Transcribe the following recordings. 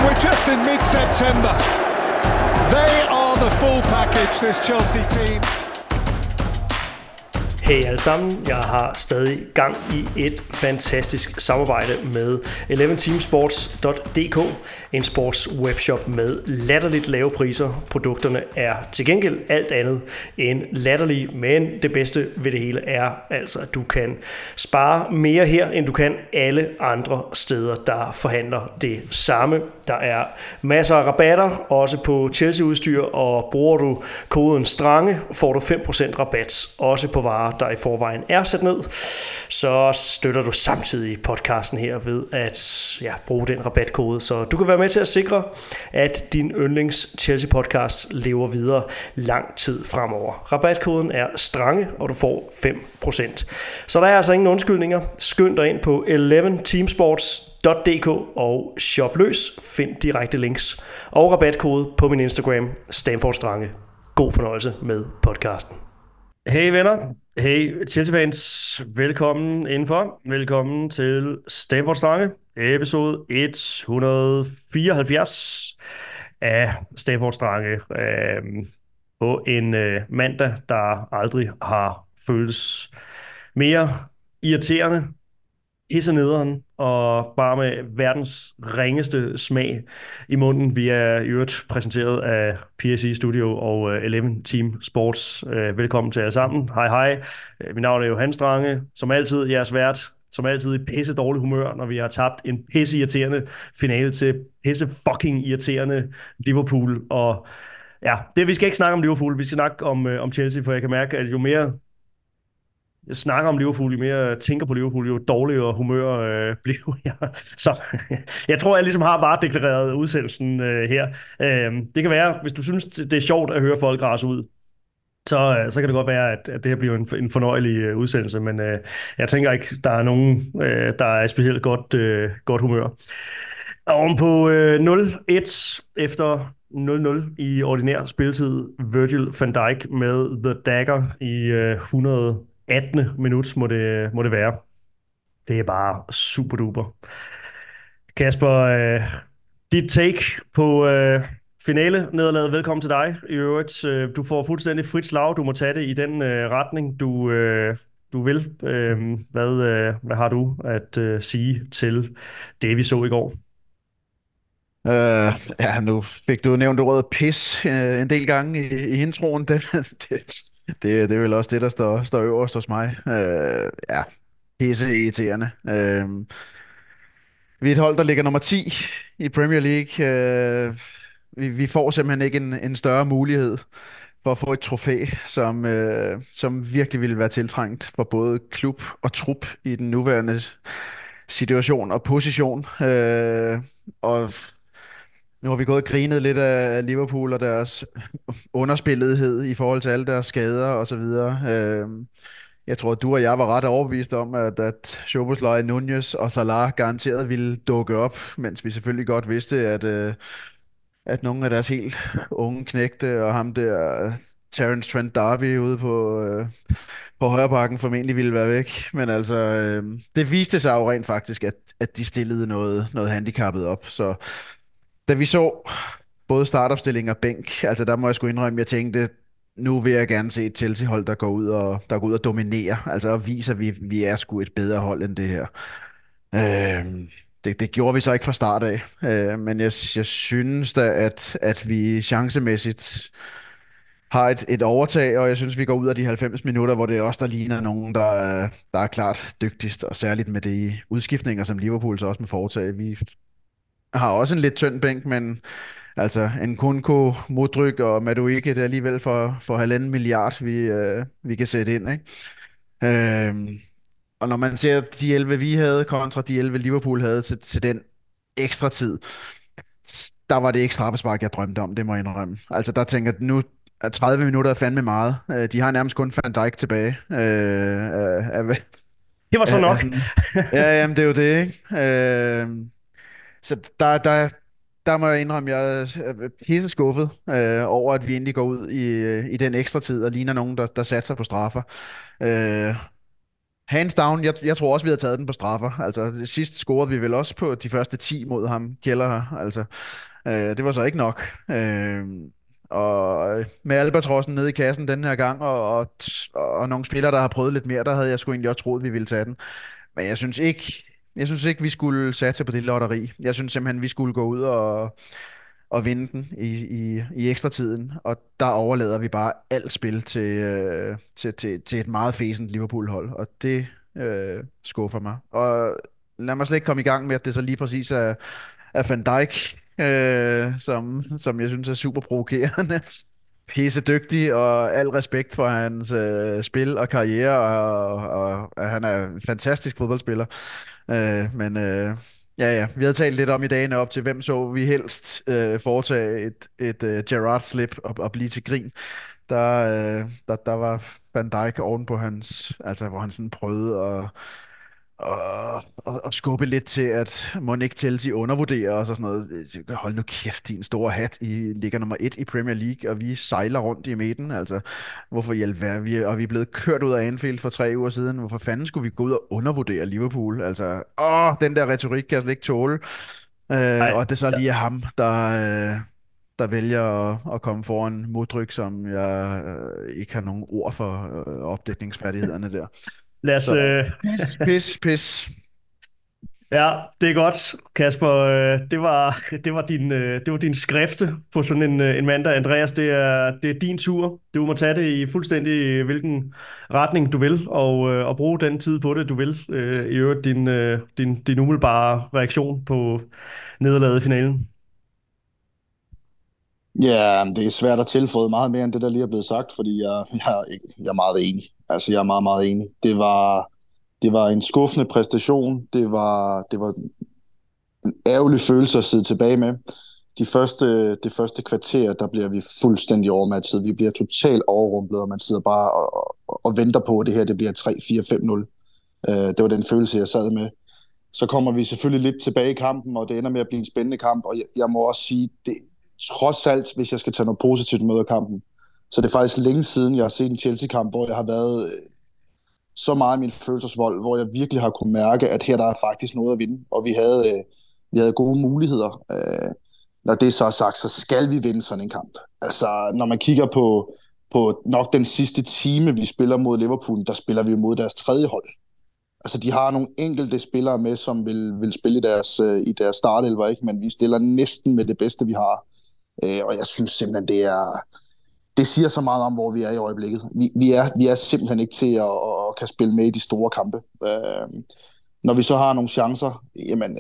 we're just in mid-September. They are the full package, this Chelsea team. Hey alle sammen, jeg har stadig gang i et fantastisk samarbejde med 11teamsports.dk, en sports webshop med latterligt lave priser. Produkterne er til gengæld alt andet end latterlige, men det bedste ved det hele er altså, at du kan spare mere her, end du kan alle andre steder, der forhandler det samme. Der er masser af rabatter, også på Chelsea-udstyr, og bruger du koden STRANGE, får du 5% rabat, også på varer, der i forvejen er sat ned. Så støtter du samtidig podcasten her ved at bruge den rabatkode, så du kan være med til at sikre, at din yndlings Chelsea-podcast lever videre lang tid fremover. Rabatkoden er STRANGE, og du får 5%. Så der er altså ingen undskyldninger. Skynd dig ind på 11teamsports.dk og shop løs. Find direkte links og rabatkode på min Instagram, Stamford Strange. God fornøjelse med podcasten. Hey venner, hey Chelsea-fans, velkommen indenfor. Velkommen til Stamford Strange, episode 174 af Stamford Strange. På en mandag, der aldrig har føltes mere irriterende, hissenederen og bare med verdens ringeste smag i munden. Vi er i øvrigt præsenteret af PSE Studio og 11 Team Sports. Velkommen til jer sammen. Hej hej. Mit navn er Johan Strange. Som altid jeres vært. Som altid i pisse dårlig humør, når vi har tabt en pisse irriterende finale til pisse fucking irriterende Liverpool. Og ja, vi skal ikke snakke om Liverpool. Vi skal snakke om Chelsea, for jeg kan mærke, at jo mere jeg snakker om Liverpool, jo mere jeg tænker på Liverpool, jo dårligere humør bliver jeg. Så jeg tror, jeg ligesom har bare deklareret udsendelsen her. Det kan være, hvis du synes, det er sjovt at høre folk rase ud, så kan det godt være, at det her bliver en fornøjelig udsendelse, men jeg tænker ikke, der er nogen, der er specielt godt humør. Oven på 0-1 efter 0-0 i ordinær spilletid, Virgil van Dijk med The Dagger i 118. minut må det være. Det er bare super duper. Kasper, dit take på finale nederlaget. Velkommen til dig. I øvrigt, du får fuldstændig frit slag. Du må tage det i den retning, du vil. Hvad har du at sige til det, vi så i går? Nu fik du nævnt ordet pis en del gange i introen. Det er vel også det, der står øverst hos mig. Pisse irriterende. Vi er et hold, der ligger nummer 10 i Premier League. Vi får simpelthen ikke en større mulighed for at få et trofæ, som virkelig ville være tiltrængt for både klub og trup i den nuværende situation og position. Og nu har vi gået og grinet lidt af Liverpool og deres underspillethed i forhold til alle deres skader og så videre. Jeg tror, at du og jeg var ret overbevist om, at Szoboszlai, Nunez og Salah garanteret ville dukke op, mens vi selvfølgelig godt vidste, at nogle af deres helt unge knægte og ham der Terence Trent D'Arby ude på højre bakken formentlig ville være væk. Men altså, det viste sig jo rent faktisk, at de stillede noget handicappet op. Så da vi så både startopstilling og bænk, altså der må jeg sgu indrømme, jeg tænkte, nu vil jeg gerne se et Chelsea-hold, der går ud og dominerer, altså og viser, at vi er sgu et bedre hold end det her. Det gjorde vi så ikke fra start af, men jeg synes da, at vi chancemæssigt har et overtag, og jeg synes, vi går ud af de 90 minutter, hvor det er os, der ligner nogen, der er klart dygtigst, og særligt med de udskiftninger, som Liverpool så også må foretage. Vi har også en lidt tynd bænk, men altså Nkunku, Mudryk og Madueke, det er alligevel for 1,5 milliard, vi kan sætte ind, ikke? Og når man ser de 11, vi havde, kontra de 11, Liverpool havde til den ekstra tid, der var det ikke straffespark, jeg drømte om, det må jeg indrømme. Altså der tænker jeg, nu er 30 minutter er fandme meget. De har nærmest kun Van Dijk tilbage. Det var så nok. Ja, jamen det er jo det, ikke? Så der må jeg indrømme, jeg er pisse skuffet over, at vi egentlig går ud i den ekstra tid og ligner nogen, der satser på straffer. Hands down, jeg tror også, vi havde taget den på straffer. Altså, sidst scorede vi vel også på de første 10 mod ham, Keller. Altså, det var så ikke nok. Og med Albatrossen nede i kassen den her gang, og nogle spillere, der har prøvet lidt mere, der havde jeg sgu egentlig også troet, vi ville tage den. Men jeg synes ikke, vi skulle satse på det lotteri. Jeg synes simpelthen, vi skulle gå ud og vinde den i ekstra tiden. Og der overlader vi bare alt spil til et meget fæsent Liverpool-hold. Og det skuffer mig. Og lad mig slet ikke komme i gang med, at det så lige præcis er Van Dijk, som jeg synes er super provokerende. Pisse dygtig, og al respekt for hans spil og karriere, og han er en fantastisk fodboldspiller. Men ja, vi havde talt lidt om i dagene op til, hvem så vi helst foretage et Gerrard-slip og blive til grin. Der var Van Dijk oven på hans, altså hvor han sådan prøvede og skubbe lidt til, at Monique Chelsea undervurderer os og sådan noget. Hold nu kæft, din store hat. I ligger nummer 1 i Premier League, og vi sejler rundt i midten. Altså, hvorfor i alverden? Vi er blevet kørt ud af Anfield for 3 uger siden. Hvorfor fanden skulle vi gå ud og undervurdere Liverpool? Altså, den der retorik kan jeg slet ikke tåle. Nej, Og det så lige er ham, der vælger at komme foran Modryk, som jeg ikke har nogen ord for opdækningsfærdighederne der. lad os, Så pis. ja, det er godt, Kasper. Det var din skrifte på sådan en mandag. Andreas, det er din tur. Du må tage det i fuldstændig hvilken retning du vil, og bruge den tid på det, du vil. I øvrigt din umiddelbare reaktion på nederlaget i finalen. Ja, det er svært at tilføje meget mere end det, der lige er blevet sagt, fordi jeg er meget enig. Altså, jeg er meget, meget enig. Det var en skuffende præstation. Det var en ærgerlig følelse at sidde tilbage med. Det første kvarter, der bliver vi fuldstændig overmatchet. Vi bliver totalt overrumplet, og man sidder bare og venter på, at det her det bliver 3-4-5-0. Det var den følelse, jeg sad med. Så kommer vi selvfølgelig lidt tilbage i kampen, og det ender med at blive en spændende kamp. Og jeg må også sige, det trods alt, hvis jeg skal tage noget positivt med af kampen, så det er faktisk længe siden, jeg har set en Chelsea-kamp, hvor jeg har været så meget i min følelsesvold, hvor jeg virkelig har kunne mærke, at her der er faktisk noget at vinde, og vi havde gode muligheder. Når det så er sagt, så skal vi vinde sådan en kamp. Altså, når man kigger på nok den sidste time, vi spiller mod Liverpool, der spiller vi jo mod deres tredje hold. Altså, de har nogle enkelte spillere med, som vil spille i deres startelver, ikke? Men vi stiller næsten med det bedste, vi har. Og jeg synes simpelthen, det siger så meget om, hvor vi er i øjeblikket. Vi er simpelthen ikke til at kan spille med i de store kampe. Når vi så har nogle chancer, jamen,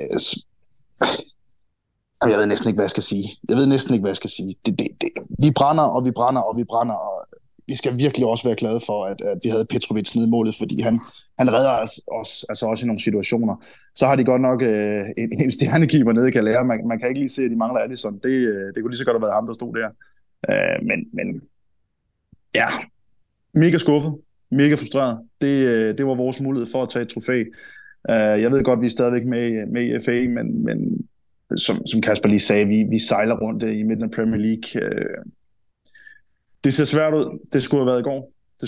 jeg ved næsten ikke, hvad jeg skal sige. Vi brænder, og vi brænder, og vi brænder, og vi skal virkelig også være glade for, at vi havde Petrovic nede i målet, fordi han redder os altså også i nogle situationer. Så har de godt nok en stjernekeeper nede, kan lære. Man kan ikke lige se, at de mangler Addison. Det kunne lige så godt have været ham, der stod der. Men ja, mega skuffet, mega frustreret. Det var vores mulighed for at tage et trofæ. Jeg ved godt, vi er stadigvæk med i FA, men som Kasper lige sagde, vi sejler rundt i midten af Premier League. Det ser svært ud. Det skulle have været i går.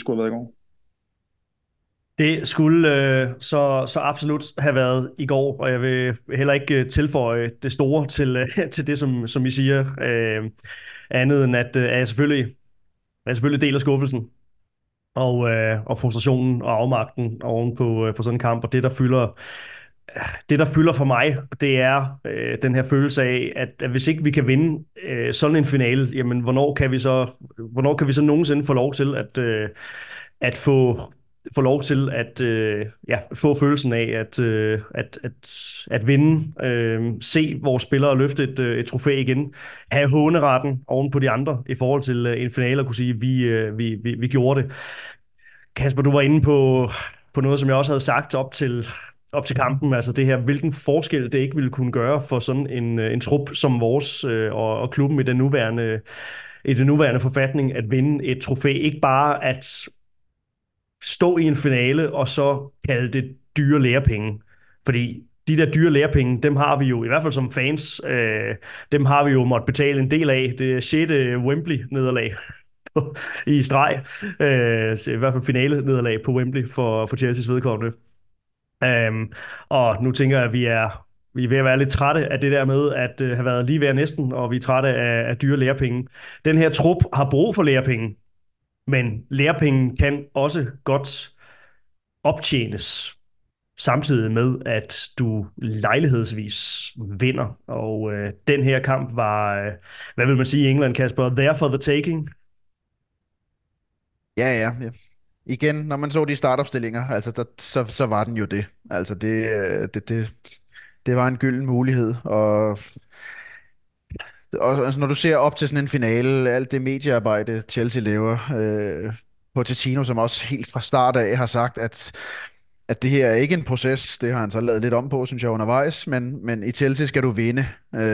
Det skulle så absolut have været i går, og jeg vil heller ikke tilføje det store til det, som I siger, andet end at jeg selvfølgelig deler skuffelsen og frustrationen og afmagten oven på sådan en kamp, og det, der fylder for mig, det er den her følelse af, at hvis ikke vi kan vinde sådan en finale, jamen hvornår kan vi så nogensinde få lov til at få lov til at få følelsen af at vinde, se vores spillere løfte et trofæ igen, have håneretten oven på de andre i forhold til en finale og kunne sige, at vi gjorde det. Kasper, du var inde på noget, som jeg også havde sagt op til kampen, altså det her, hvilken forskel det ikke ville kunne gøre for sådan en trup som vores og klubben i den nuværende forfatning at vinde et trofæ. Ikke bare at stå i en finale og så kalde det dyre lærepenge. Fordi de der dyre lærepenge, dem har vi jo, i hvert fald som fans, dem har vi jo måttet betale en del af. Det er 6. Wembley-nederlag. i streg. I hvert fald finale nederlag på Wembley for Chelseas vedkommende. Og nu tænker jeg, at vi er ved at være lidt trætte af det der med at have været lige ved næsten, og vi er trætte af dyre lærepenge. Den her trup har brug for lærepenge, men lærepenge kan også godt optjenes samtidig med, at du lejlighedsvis vinder. Og den her kamp var, hvad vil man sige i England, Kasper? There for the taking. Ja. Igen, når man så de startopstillinger, altså så var den jo det. Altså det var en gylden mulighed, og altså, når du ser op til sådan en finale, alt det mediearbejde Chelsea laver, Pochettino, som også helt fra start af har sagt, at det her er ikke en proces, det har han så lavet lidt om på, synes jeg, undervejs, men i Chelsea skal du vinde.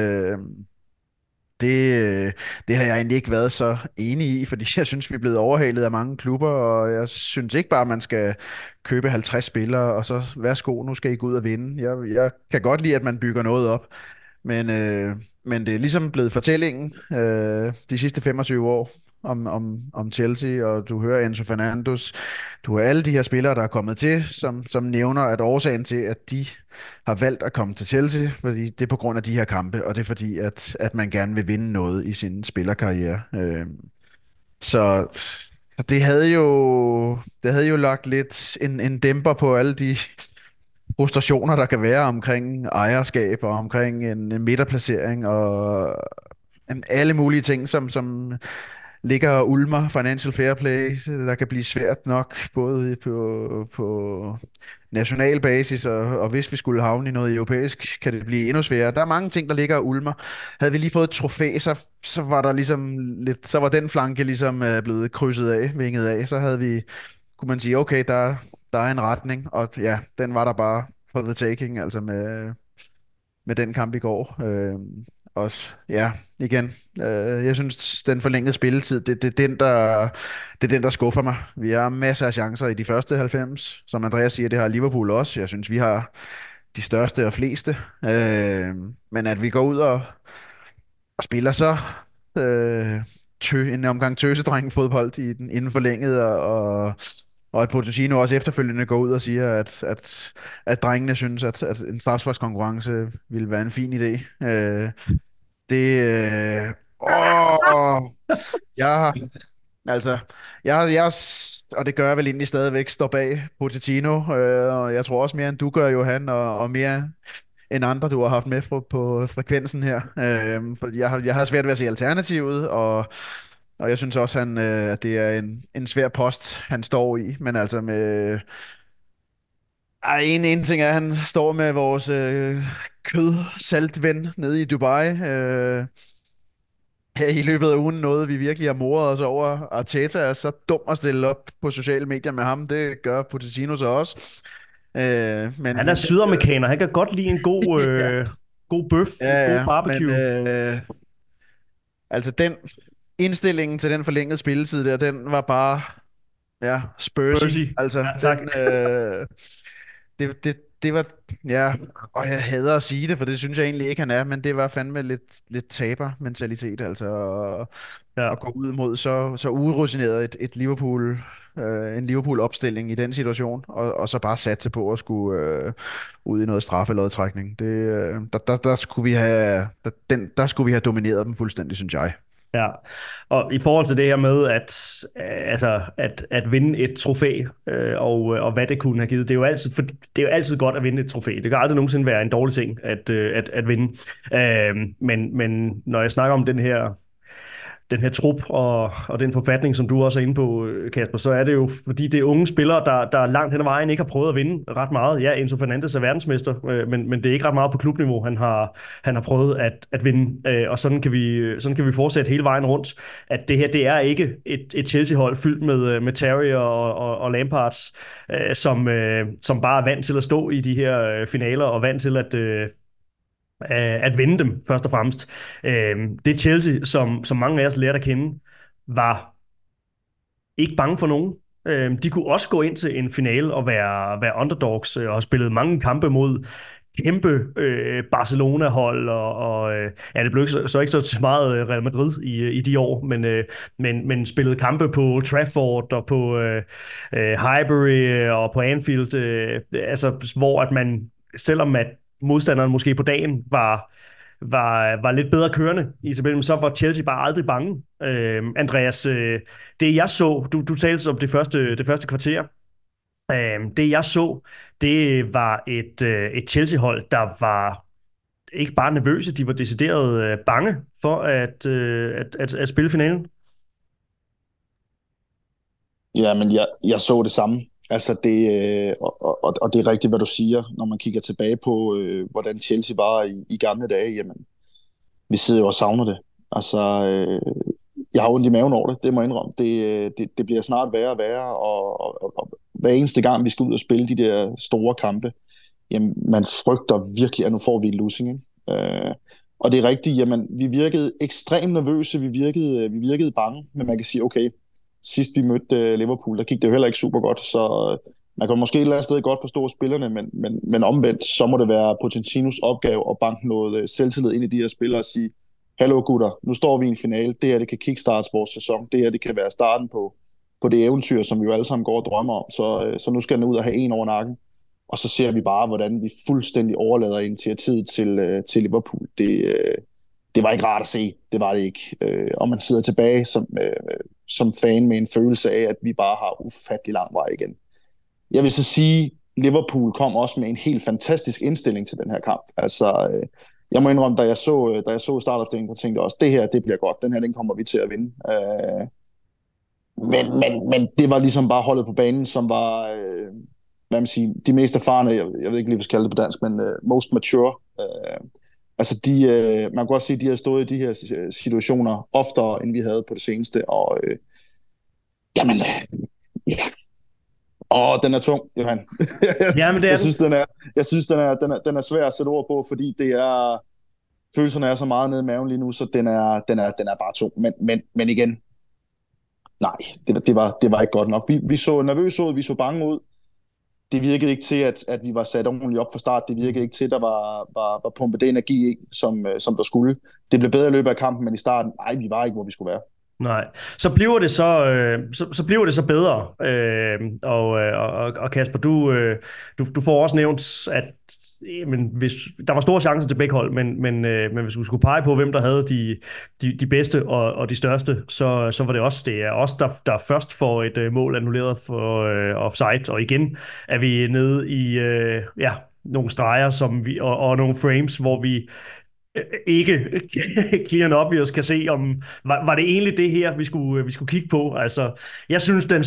Det har jeg egentlig ikke været så enig i, fordi jeg synes, vi er blevet overhalet af mange klubber, og jeg synes ikke bare, at man skal købe 50 spillere, og så værsgo, nu skal I gå ud og vinde. Jeg kan godt lide, at man bygger noget op, men det er ligesom blevet fortællingen de sidste 25 år om Chelsea, og du hører Enzo Fernandes, du har alle de her spillere, der er kommet til, som nævner, at årsagen til, at de har valgt at komme til Chelsea, fordi det er på grund af de her kampe, og det er fordi, at man gerne vil vinde noget i sin spillerkarriere. Så det havde jo lagt lidt en dæmper på alle de frustrationer, der kan være omkring ejerskab og omkring en midterplacering og alle mulige ting, som ligger og ulmer. Financial fair play, der kan blive svært nok, både på national basis, og hvis vi skulle havne i noget europæisk, kan det blive endnu sværere. Der er mange ting, der ligger og ulmer. Havde vi lige fået et trofæ, så var der ligesom lidt, så var den flanke ligesom blevet krydset af, vinget af. Så havde vi, kunne man sige, okay, der er en retning, og ja, den var der bare for the taking, altså med den kamp i går. Også, ja, igen, jeg synes, den forlængede spilletid, det er den, der skuffer mig. Vi har masser af chancer i de første 90. Som Andreas siger, det har Liverpool også. Jeg synes, vi har de største og fleste. Men at vi går ud og spiller så en omgang tøsedreng-fodbold inden forlænget, og at Pochettino også efterfølgende går ud og siger, at drengene synes, at en strafsparkskonkurrence ville være en fin idé. Det... jeg, altså, og det gør jeg vel egentlig stadigvæk, står bag Pochettino, og jeg tror også mere end du gør, Johan, og mere end andre, du har haft med på frekvensen her. For jeg har svært ved at se alternativet, og jeg synes også, at det er en svær post, han står i, men altså med... En ting er, at han står med vores kødsaltven nede i Dubai. Her i løbet af ugen noget, vi virkelig har moret os over. Arteta er så dum at stille op på sociale medier med ham. Det gør Pochettino så også. Men, han er sydamerikaner. Han kan godt lide en god, god bøf, en god barbecue. Men, altså den indstillingen til den forlængede spilletid der, den var bare Spursy. Altså ja, tak. Det var, ja, og jeg hader at sige det, for det synes jeg egentlig ikke, han er, men det var fandme lidt taber-mentalitet, altså at gå ud mod så urutineret et Liverpool, en Liverpool-opstilling i den situation, og så bare satse på at skulle ud i noget straffelodtrækning. Der skulle vi have domineret dem fuldstændig, synes jeg. Ja, og i forhold til det her med at vinde et trofæ, og hvad det kunne have givet, det er jo altid godt at vinde et trofæ. Det kan aldrig nogensinde være en dårlig ting at vinde. Men når jeg snakker om den her trup og den forfatning, som du også er inde på, Kasper, så er det jo, fordi det er unge spillere, der langt hen ad vejen ikke har prøvet at vinde ret meget. Ja, Enzo Fernandes er verdensmester, men det er ikke ret meget på klubniveau, han har prøvet at vinde. Og sådan kan vi fortsætte hele vejen rundt, at det her, det er ikke et Chelsea-hold fyldt med Terry og Lampards, som bare er vant til at stå i de her finaler og vant til at vinde dem, først og fremmest. Det Chelsea, som mange af os lærte at kende, var ikke bange for nogen. De kunne også gå ind til en finale og være underdogs og have spillet mange kampe mod kæmpe Barcelona-hold, ja, det blev ikke så meget Real Madrid i de år, men spillede kampe på Old Trafford og på Highbury og på Anfield, altså hvor at man, selvom at modstanderen måske på dagen var lidt bedre kørende i tabellen, så var Chelsea bare aldrig bange. Andreas, det jeg så, du talte om det første kvarter, det jeg så, det var et Chelsea-hold, der var ikke bare nervøse, de var decideret bange for at spille finalen. Ja, men jeg så det samme. Altså og det er rigtigt, hvad du siger, når man kigger tilbage på, hvordan Chelsea var i gamle dage. Jamen, vi sidder jo og savner det. Altså, jeg har ondt i maven over det må jeg indrømme. Det bliver snart værre og værre, og hver eneste gang, vi skal ud og spille de der store kampe, jamen, man frygter virkelig, at nu får vi en losing, ikke? Og det er rigtigt, jamen, vi virkede ekstremt nervøse, vi virkede bange, men man kan sige, okay, sidst vi mødte Liverpool, der gik det jo heller ikke super godt, så man kan måske et eller andet sted godt forstå spillerne, men omvendt, så må det være Pochettinos opgave at banke noget selvtillid ind i de her spillere og sige, hallo gutter, nu står vi i en finale, det her det kan kickstarte vores sæson, det her det kan være starten på det eventyr, som vi jo alle sammen går og drømmer om, så nu skal den ud og have en over nakken, og så ser vi bare, hvordan vi fuldstændig overlader initiativet til Liverpool. Det var ikke rart at se, det var det ikke, og man sidder tilbage som fan med en følelse af, at vi bare har ufattelig lang vej igen. Jeg vil så sige, Liverpool kom også med en helt fantastisk indstilling til den her kamp. Altså, jeg må indrømme, da jeg så startopstillingen, der tænkte jeg også, det her, det bliver godt. Den her, den kommer vi til at vinde. Men det var ligesom bare holdet på banen, som var, hvad man siger, de mest erfarne, jeg ved ikke lige, hvad jeg skal kalde det på dansk, men most mature. Altså, man kan godt sige, at de har stået i de her situationer oftere, end vi havde på det seneste. Og jamen, ja. Og den er tung, Johan. Ja, men det er jeg synes, den er svær at sætte ord på, fordi følelserne er så meget nede i maven lige nu, så den er bare tung. Men igen, nej, det var ikke godt nok. Vi så nervøse ud, vi så bange ud. Det virkede ikke til, at vi var sat ordentligt op fra start. Det virkede ikke til, at der var pumpet det energi i, som der skulle. Det blev bedre i løbet af kampen, men i starten, nej, vi var ikke, hvor vi skulle være. Nej, så bliver det så bedre. Og Kasper, du får også nævnt, at men hvis der var store chancer til begge hold, men hvis du skulle pege på, hvem der havde de bedste og de største, så var det os, der først får et mål annulleret for offside, og igen er vi nede i nogle streger og nogle frames, hvor vi ikke clear and obvious kan se, om var det egentlig det her, vi skulle kigge på. Altså, jeg synes den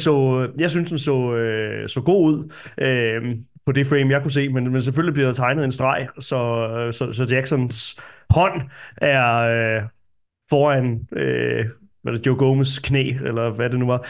så god ud på det frame, jeg kunne se, men selvfølgelig bliver der tegnet en streg, så Jacksons hånd er foran hvad det, Joe Gomez knæ, eller hvad det nu var.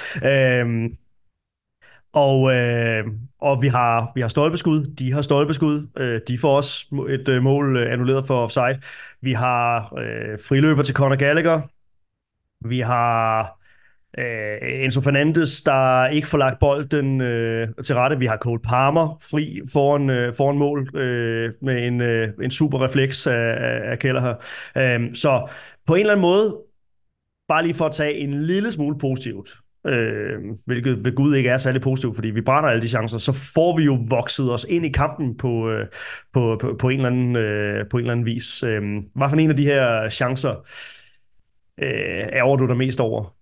Og vi har stolpeskud, de har stolpeskud, de får også et mål annulleret for offside. Vi har friløber til Conor Gallagher. Vi har Enzo Fernandes, der ikke får lagt bolden til rette. Vi har Cole Palmer fri foran mål med en super refleks af Kelleher. Så på en eller anden måde, bare lige for at tage en lille smule positivt, hvilket ved Gud ikke er særlig positivt, fordi vi brænder alle de chancer, så får vi jo vokset os ind i kampen på en eller anden vis. Hvad for en af de her chancer ærger du dig mest over?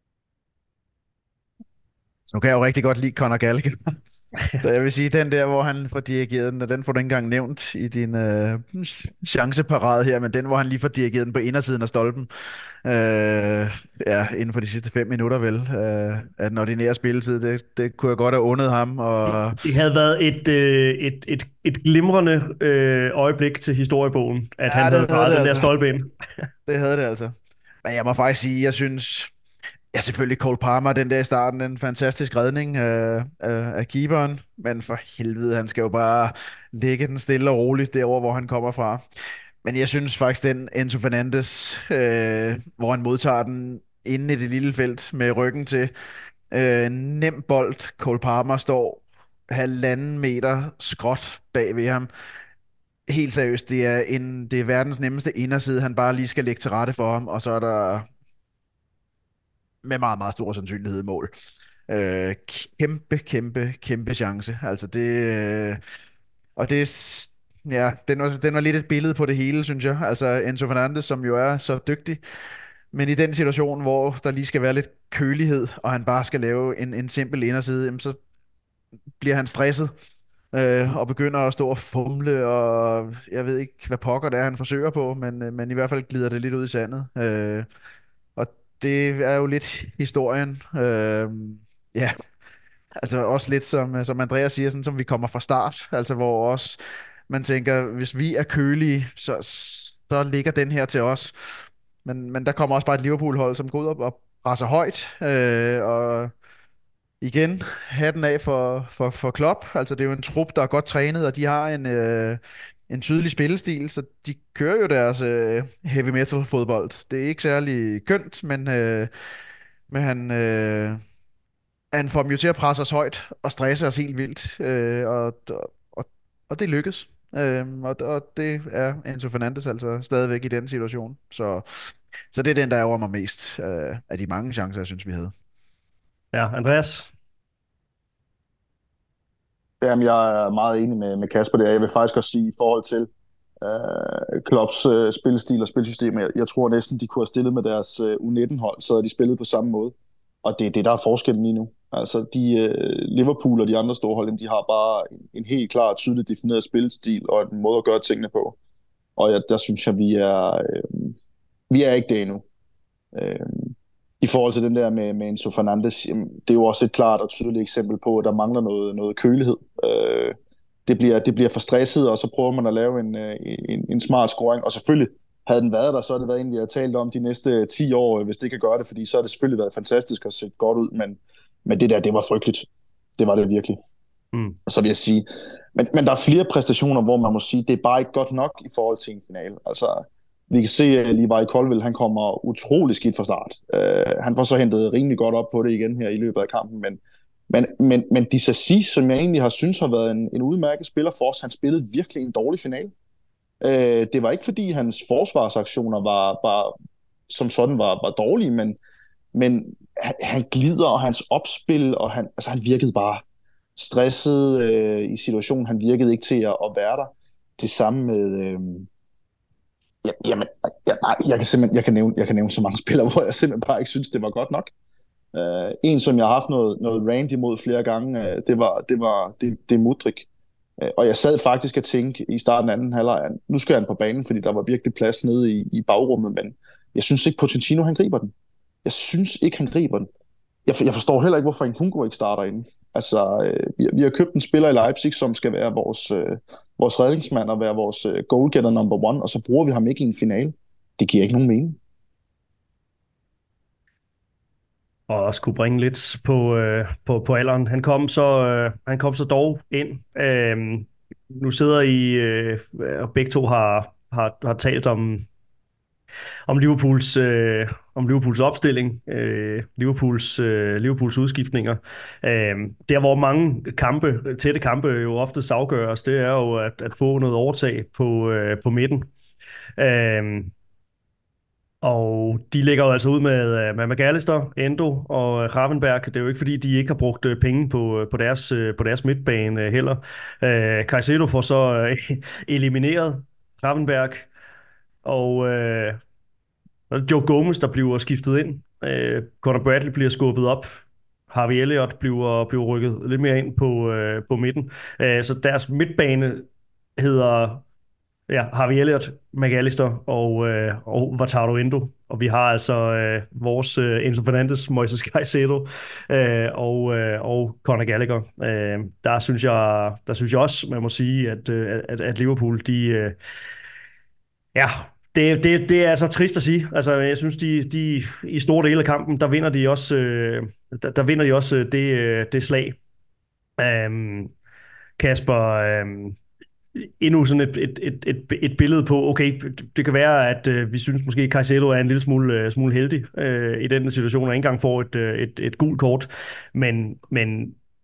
Nu kan jeg jo rigtig godt lide Conor Gallagher. Så jeg vil sige, den der, hvor han får dirigeret den, og den får du ikke engang nævnt i din chanceparade her, men den, hvor han lige får dirigeret den på indersiden af stolpen, inden for de sidste 5 minutter vel, at den ordinære spilletid, det kunne jeg godt have undet ham. Og det havde været et glimrende øjeblik til historiebogen, at han havde drejet den der stolpe ind. Det havde det altså. Men jeg må faktisk sige, jeg synes... Ja, selvfølgelig Cole Palmer, den der i starten, en fantastisk redning af keeperen, men for helvede, han skal jo bare ligge den stille og roligt derover, hvor han kommer fra. Men jeg synes faktisk, den Enzo Fernandes, hvor han modtager den inde i det lille felt med ryggen til, nem bold, Cole Palmer står 1,5 meter skråt bag ved ham. helt seriøst, det er verdens nemmeste inderside, han bare lige skal lægge til rette for ham, og så er der med meget, meget stor sandsynlighed mål. Kæmpe, kæmpe, kæmpe chance. Altså det, og det, ja, den var lidt et billede på det hele, synes jeg. Altså Enzo Fernandes, som jo er så dygtig, men i den situation, hvor der lige skal være lidt kølighed, og han bare skal lave en simpel inderside, jamen, så bliver han stresset, og begynder at stå og fumle, og jeg ved ikke, hvad pokker det er, han forsøger på, men i hvert fald glider det lidt ud i sandet. Og det er jo lidt historien. Ja, altså også lidt som Andreas siger, sådan som vi kommer fra start, altså hvor også man tænker, hvis vi er kølige, så ligger den her til os. Men der kommer også bare et Liverpool-hold, som går ud og presser højt, og igen, hatten af for Klopp. Altså, det er jo en trup, der er godt trænet, og de har en tydelig spillestil, så de kører jo deres heavy metal fodbold. Det er ikke særlig kønt, men han får dem jo til at presse os højt og stresse os helt vildt, og det lykkes. Og det er Enzo Fernandes altså stadigvæk i den situation. Så det er den, der ærger mig mest af de mange chancer, jeg synes, vi havde. Ja, Andreas? Jamen, jeg er meget enig med Kasper der. Jeg vil faktisk også sige i forhold til Klopps spillestil og spilsystem. Jeg tror næsten, de kunne have stillet med deres U19-hold, så havde de spillet på samme måde. Og det er det, der er forskellen lige nu. Altså, Liverpool og de andre store hold, de har bare en helt klar og tydeligt defineret spillestil og en måde at gøre tingene på. Og der synes jeg, vi er ikke det endnu. I forhold til den der med Enzo Fernandes, det er jo også et klart og tydeligt eksempel på, at der mangler noget kølighed. Det bliver for stresset, og så prøver man at lave en smart scoring. Og selvfølgelig havde den været der, så havde det været en, vi har talt om de næste 10 år, hvis det kan gøre det, fordi så har det selvfølgelig været fantastisk og set godt ud, men det der, det var frygteligt. Det var det virkelig. Og så vil jeg sige, men der er flere præstationer, hvor man må sige, det er bare ikke godt nok i forhold til en finale. Altså, vi kan se, at Levi Colwill, han kommer utrolig skidt fra start. Han får så hentet rimelig godt op på det igen her i løbet af kampen, men Disasi, som jeg egentlig har synes har været en udmærket spiller for os, han spillede virkelig en dårlig finale. Det var ikke fordi hans forsvarsaktioner var som sådan var dårlige, men han glider, og hans opspil, og han virkede bare stresset i situationen. Han virkede ikke til at være der. Det samme med... Jeg kan nævne så mange spillere, hvor jeg simpelthen bare ikke synes, det var godt nok. En, som jeg har haft noget rant imod flere gange, det er Mudryk. Og jeg sad faktisk og tænkte i starten af anden halvleg, nu skal han på banen, fordi der var virkelig plads nede i bagrummet, men jeg synes ikke, Pochettino han griber den. Jeg synes ikke, han griber den. Jeg forstår heller ikke, hvorfor Nkunku ikke starter inde. Altså, vi har købt en spiller i Leipzig, som skal være vores redningsmand og være vores goalgetter number one, og så bruger vi ham ikke i en finale. Det giver ikke nogen mening. Og også kunne bringe lidt på alderen. Han kom så dog ind. Nu sidder I og begge to har talt om Liverpools opstilling, Liverpools udskiftninger. Der hvor mange tætte kampe jo ofte afgøres, det er jo at få noget overtag på midten. Og de ligger jo altså ud med McAllister, Endo og Gravenberch. Det er jo ikke fordi, de ikke har brugt penge på deres midtbane heller. Caicedo får så elimineret Gravenberch, og Joe Gomez, der bliver skiftet ind. Conor Bradley bliver skubbet op. Harvey Elliott bliver rykket lidt mere ind på midten. Så deres midtbane hedder Harvey Elliott, McAllister og Wataru Endo. Og vi har altså vores Enzo Fernandes, Moises Caicedo og Conor Gallagher. Der synes jeg også, man må sige, at Liverpool, det er altså trist at sige. Altså, jeg synes, de i store dele af kampen, der vinder de også det slag. Kasper, endnu sådan et billede på, okay, det kan være, at vi synes måske, Caicedo er en lille smule heldig i den situation, og ikke engang får et gult kort. Men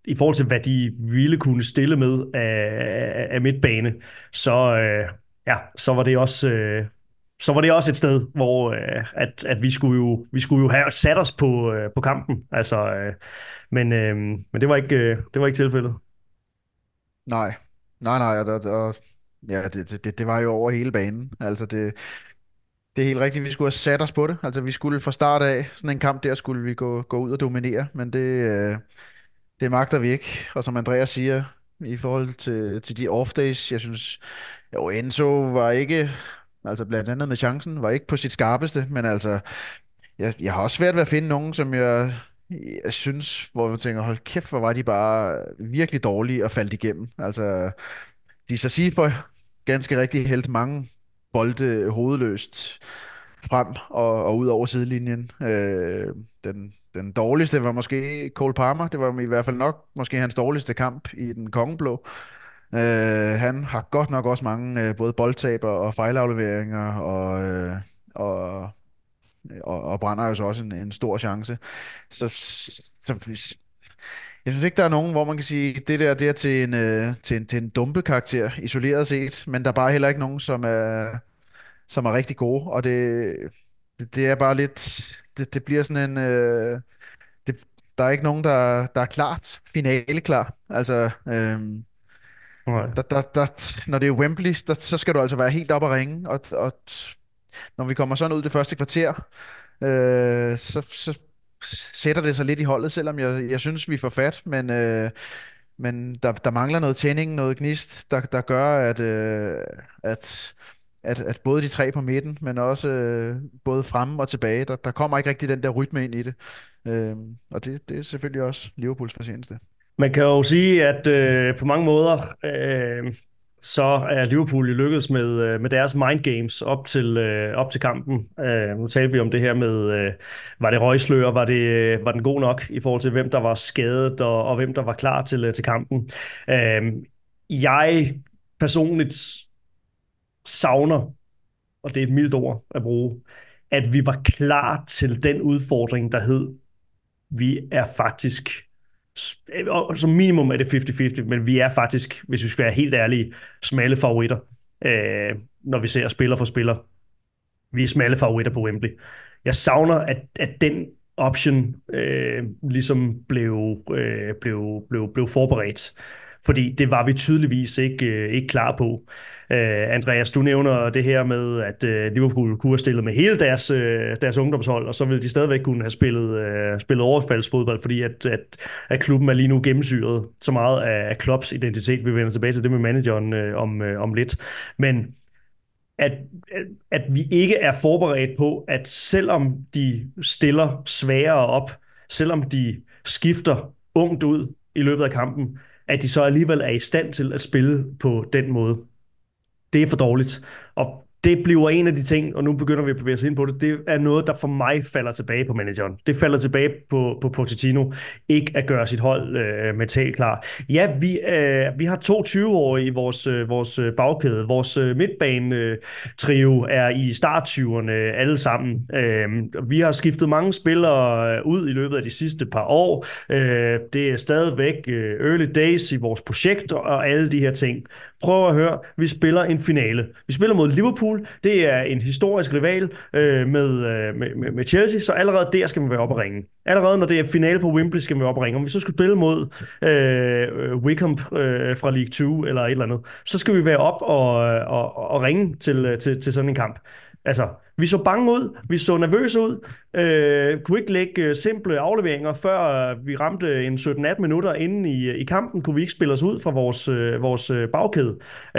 i forhold til, hvad de ville kunne stille med af midtbane, så, så var det også... så var det også et sted, hvor at vi skulle jo have sat os på kampen. Altså, men det var ikke tilfældet. Nej, nej, og ja, det var jo over hele banen. Altså det er helt rigtigt, vi skulle have sat os på det. Altså vi skulle fra start af, sådan en kamp der, skulle vi gå ud og dominere, men det magter vi ikke. Og som Andreas siger, i forhold til de off-days, jeg synes, jo, Enzo var ikke, altså blandt andet med chancen, var ikke på sit skarpeste, men altså, jeg har også svært ved at finde nogen, som jeg synes, hvor man tænker, hold kæft, hvor var de bare virkelig dårlige og faldt igennem. Altså, de så for ganske rigtig hældt mange bolde hovedløst frem og ud over sidelinjen. Den dårligste var måske Cole Palmer. Det var i hvert fald nok måske hans dårligste kamp i den kongeblå. Han har godt nok også mange både boldtaber og fejlafleveringer og, og brænder jo så også en stor chance. Så jeg synes ikke, der er nogen, hvor man kan sige, det er til en dumpe karakter, isoleret set, men der er bare heller ikke nogen, som er rigtig gode, og det er bare lidt, det bliver sådan en, det, der er ikke nogen, der er klart, finale klar. Altså, Nej. når det er Wembley, så skal du altså være helt op og ringe, og når vi kommer sådan ud det første kvarter, så sætter det sig lidt i holdet, selvom jeg synes, vi får fat, men der mangler noget tænding, noget gnist, der gør, at både de tre på midten, men også både fremme og tilbage, der kommer ikke rigtig den der rytme ind i det. Og det er selvfølgelig også Liverpools fortjeneste. Man kan jo sige, at på mange måder, så er Liverpool jo lykkedes med deres mind games op til kampen. Nu talte vi om det her med, var det røgslør, var den god nok i forhold til, hvem der var skadet og hvem der var klar til kampen. Jeg personligt savner, og det er et mildt ord at bruge, at vi var klar til den udfordring, der hed, vi er faktisk, som minimum er det 50-50, men vi er faktisk, hvis vi skal være helt ærlige, smalle favoritter, når vi ser spiller for spiller. Vi er smalle favoritter på Wembley. Jeg savner, at den option ligesom blev forberedt. Fordi det var vi tydeligvis ikke klar på. Andreas, du nævner det her med, at Liverpool kunne have stillet med hele deres ungdomshold, og så ville de stadigvæk kunne have spillet overfaldsfodbold, fordi at klubben er lige nu gennemsyret så meget af Klopps identitet. Vi vender tilbage til det med manageren om lidt. Men at vi ikke er forberedt på, at selvom de stiller sværere op, selvom de skifter ungt ud i løbet af kampen, at de så alligevel er i stand til at spille på den måde. Det er for dårligt. Og det bliver en af de ting, og nu begynder vi at bevæge os ind på det, det er noget, der for mig falder tilbage på manageren. Det falder tilbage på Pochettino, ikke at gøre sit hold mentalt klar. Ja, vi har 22-årige i vores bagkæde. Vores midtbane-trio er i start-20'erne alle sammen. Vi har skiftet mange spillere ud i løbet af de sidste par år. Det er stadigvæk early days i vores projekt og alle de her ting. Prøv at høre, vi spiller en finale. Vi spiller mod Liverpool. Det er en historisk rival med Chelsea, så allerede der skal man være oppe at ringe. Allerede når det er finale på Wembley, skal man være oppe at ringe. Om vi så skulle spille mod Wycombe fra League 2 eller et eller andet, så skal vi være op og ringe til sådan en kamp. Altså, vi så bange ud, vi så nervøse ud, kunne ikke lægge simple afleveringer, før vi ramte en 17-18 minutter inde i kampen, kunne vi ikke spille os ud fra vores bagkæde.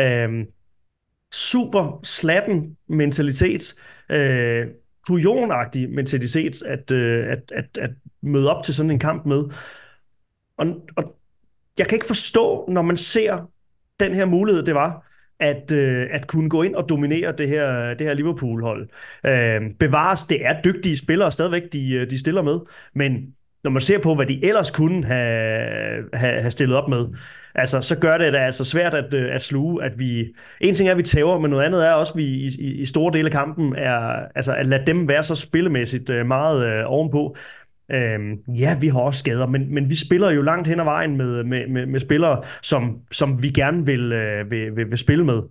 Super slatten mentalitet, kujonagtig mentalitet at møde op til sådan en kamp med. Og jeg kan ikke forstå, når man ser den her mulighed, det var, at kunne gå ind og dominere det her Liverpool-hold. Bevares, det er dygtige spillere stadigvæk, de stiller med, men når man ser på, hvad de ellers kunne have stillet op med, altså, så gør det altså svært at sluge, at vi... En ting er, at vi tæver, men noget andet er også, at vi i store dele af kampen er... Altså, at lade dem være så spillemæssigt meget ovenpå. Ja, vi har også skader, men vi spiller jo langt hen ad vejen med spillere, som vi gerne vil spille med.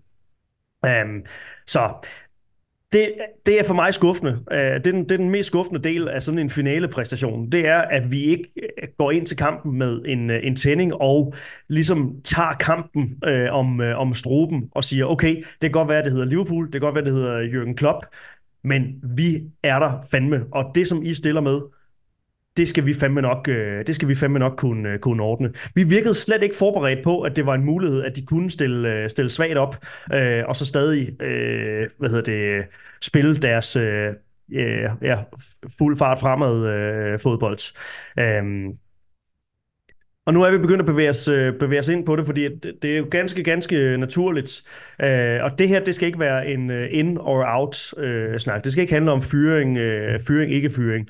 Så det er for mig skuffende. Det er den mest skuffende del af sådan en finale-præstation. Det er, at vi ikke går ind til kampen med en tænding og ligesom tager kampen om struben og siger, okay, det kan godt være, at det hedder Liverpool, det kan godt være, at det hedder Jürgen Klopp, men vi er der fandme. Og det, som I stiller med, det skal vi fandme nok kunne ordne. Vi virkede slet ikke forberedt på, at det var en mulighed, at de kunne stille svagt op, og så stadig spille deres fuld fart fremad fodbold. Og nu er vi begyndt at bevæge os ind på det, fordi det er jo ganske naturligt. Og det her, det skal ikke være en in or out snak. Det skal ikke handle om fyring, ikke fyring.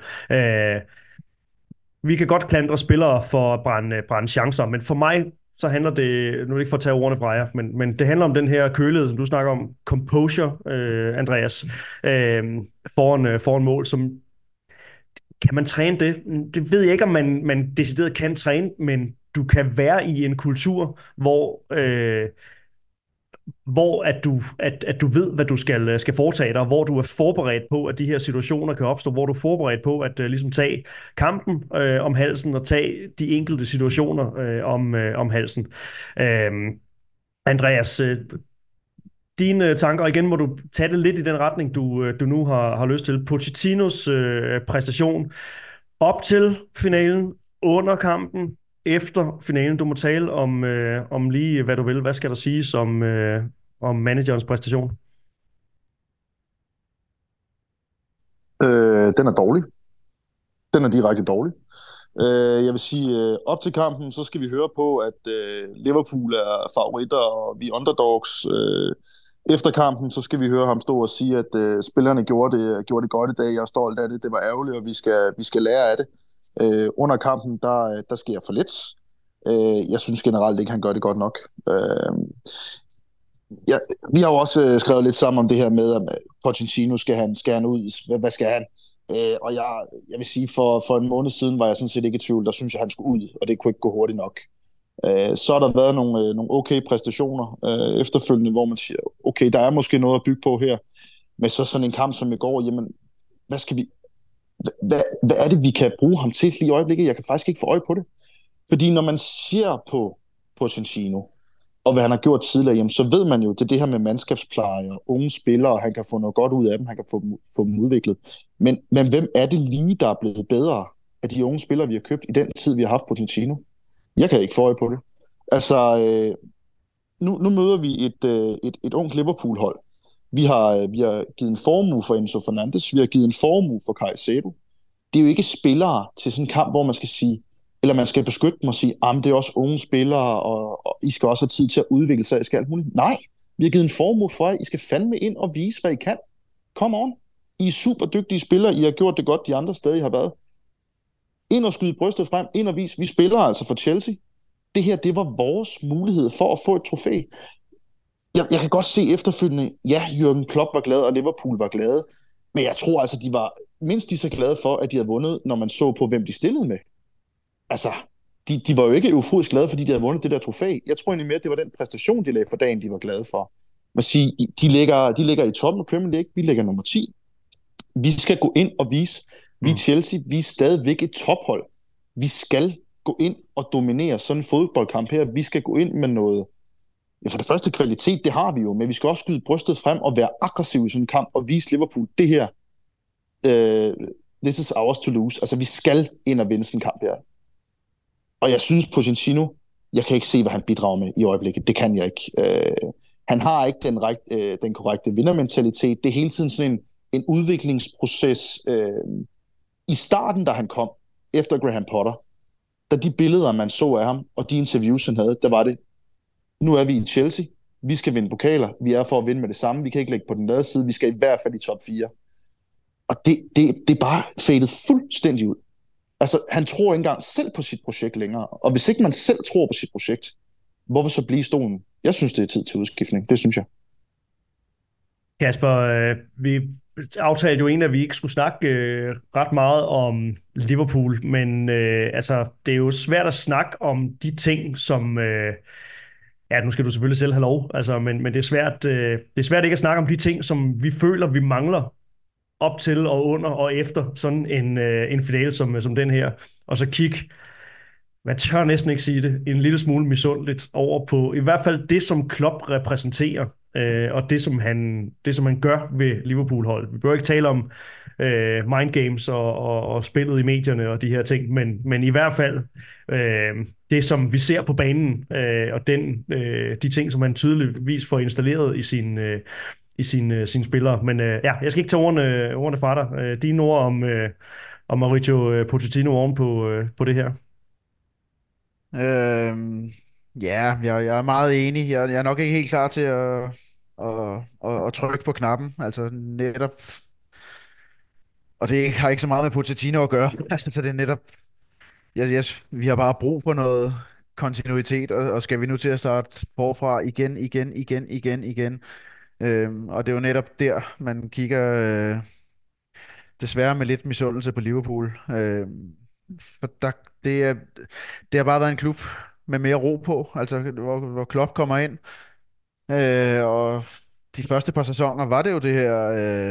Vi kan godt klandre spillere for at brænde chancer, men for mig så handler det, nu er det ikke for at tage ordene fra jer, men det handler om den her kølighed, som du snakker om, composure, Andreas, foran mål, som kan man træne det? Det ved jeg ikke, om man decideret kan træne, men du kan være i en kultur, hvor at du ved, hvad du skal foretage dig, hvor du er forberedt på, at de her situationer kan opstå, hvor du er forberedt på at ligesom tage kampen om halsen og tage de enkelte situationer om halsen. Andreas, dine tanker, igen må du tage det lidt i den retning, du nu har lyst til. Pochettinos præstation op til finalen, under kampen, efter finalen. Du må tale om lige, hvad du vil. Hvad skal der siges om managerens præstation? Den er dårlig. Den er direkte dårlig. Jeg vil sige, op til kampen, så skal vi høre på, at Liverpool er favoritter, og vi er underdogs. Efter kampen, så skal vi høre ham stå og sige, at spillerne gjorde det godt i dag. Jeg er stolt af det. Det var ærgerligt, og vi skal lære af det. Under kampen, der sker for lidt. Jeg synes generelt ikke, han gør det godt nok. Vi har jo også skrevet lidt sammen om det her med, at Pochettino skal han ud. Hvad skal han? Og jeg vil sige, for en måned siden var jeg sådan set ikke i tvivl. Der synes jeg, han skulle ud, og det kunne ikke gå hurtigt nok. Så har der været nogle okay præstationer efterfølgende, hvor man siger, okay, der er måske noget at bygge på her. Men så sådan en kamp som i går, jamen, hvad er det, vi kan bruge ham til lige i øjeblikket? Jeg kan faktisk ikke få øje på det. Fordi når man ser på Pochettino, og hvad han har gjort tidligere, jamen, så ved man jo, det er det her med mandskabspleje og unge spillere, han kan få noget godt ud af dem, han kan få dem udviklet. Men hvem er det lige, der er blevet bedre af de unge spillere, vi har købt i den tid, vi har haft Pochettino? Jeg kan ikke få øje på det. Altså, nu møder vi et ungt Liverpool-hold. Vi har givet en formue for Enzo Fernandes, vi har givet en formue for Caicedo. Det er jo ikke spillere til sådan en kamp, hvor man skal sige, eller man skal beskytte dem og sige, det er også unge spillere, og I skal også have tid til at udvikle sig, I skal alt muligt. Nej, vi har givet en formue for jer, I skal fandme ind og vise, hvad I kan. Come on. I er super dygtige spillere, I har gjort det godt de andre steder, I har været. Ind og skyde brystet frem, ind og vise, vi spiller altså for Chelsea. Det her, det var vores mulighed for at få et trofæ. Jeg kan godt se efterfølgende, ja, Jürgen Klopp var glad, og Liverpool var glade, men jeg tror altså, de var mindst lige så glade for, at de havde vundet, når man så på, hvem de stillede med. Altså, de var jo ikke euforisk glade, fordi de havde vundet det der trofæ. Jeg tror egentlig mere, at det var den præstation, de lagde for dagen, de var glade for. Man siger, de ligger i toppen af Premier League, vi ligger nummer 10. Vi skal gå ind og vise, vi er Chelsea, vi er stadigvæk et tophold. Vi skal gå ind og dominere sådan en fodboldkamp her. Vi skal gå ind med noget, ja, for det første kvalitet, det har vi jo, men vi skal også skyde brystet frem og være aggressiv i sådan en kamp og vise Liverpool, det her, this is ours to lose. Altså, vi skal ind og vinde sådan en kamp her. Og jeg synes, Pochettino, jeg kan ikke se, hvad han bidrager med i øjeblikket. Det kan jeg ikke. Han har ikke den korrekte vindermentalitet. Det er hele tiden sådan en udviklingsproces. I starten, da han kom, efter Graham Potter, da de billeder, man så af ham, og de interviews, han havde, der var det, nu er vi i Chelsea, vi skal vinde pokaler, vi er for at vinde med det samme, vi kan ikke lægge på den lade side, vi skal i hvert fald i top 4. Og det er bare fadet fuldstændig ud. Altså, han tror ikke engang selv på sit projekt længere. Og hvis ikke man selv tror på sit projekt, hvorfor så blive i stolen? Jeg synes, det er tid til udskiftning. Det synes jeg. Kasper, vi aftalte jo egentlig, at vi ikke skulle snakke ret meget om Liverpool, men altså, det er jo svært at snakke om de ting, som... ja, nu skal du selvfølgelig selv have lov, altså, men det er svært ikke at snakke om de ting, som vi føler, vi mangler op til og under og efter sådan en finale som den her. Og så kigge, man tør næsten ikke sige det, en lille smule misundeligt over på i hvert fald det, som Klopp repræsenterer, og det som han gør ved Liverpool-holdet. Vi behøver ikke tale om mind games og spillet i medierne og de her ting, men i hvert fald det, som vi ser på banen, og de ting, som han tydeligvis får installeret i sine spillere. Men ja, jeg skal ikke tage ordene fra dig. Dine ord om Mauricio Pochettino oven på det her. Øhm, ja, jeg er meget enig. Jeg er nok ikke helt klar til at trykke på knappen. Altså netop, og det har ikke så meget med Pochettino at gøre. Altså det er netop, vi har bare brug for noget kontinuitet, og skal vi nu til at starte forfra igen. Og det er jo netop der, man kigger desværre med lidt misundelse på Liverpool. For det, er, det har bare været en klub med mere ro på, altså hvor Klopp kommer ind. Og de første par sæsoner var det jo det her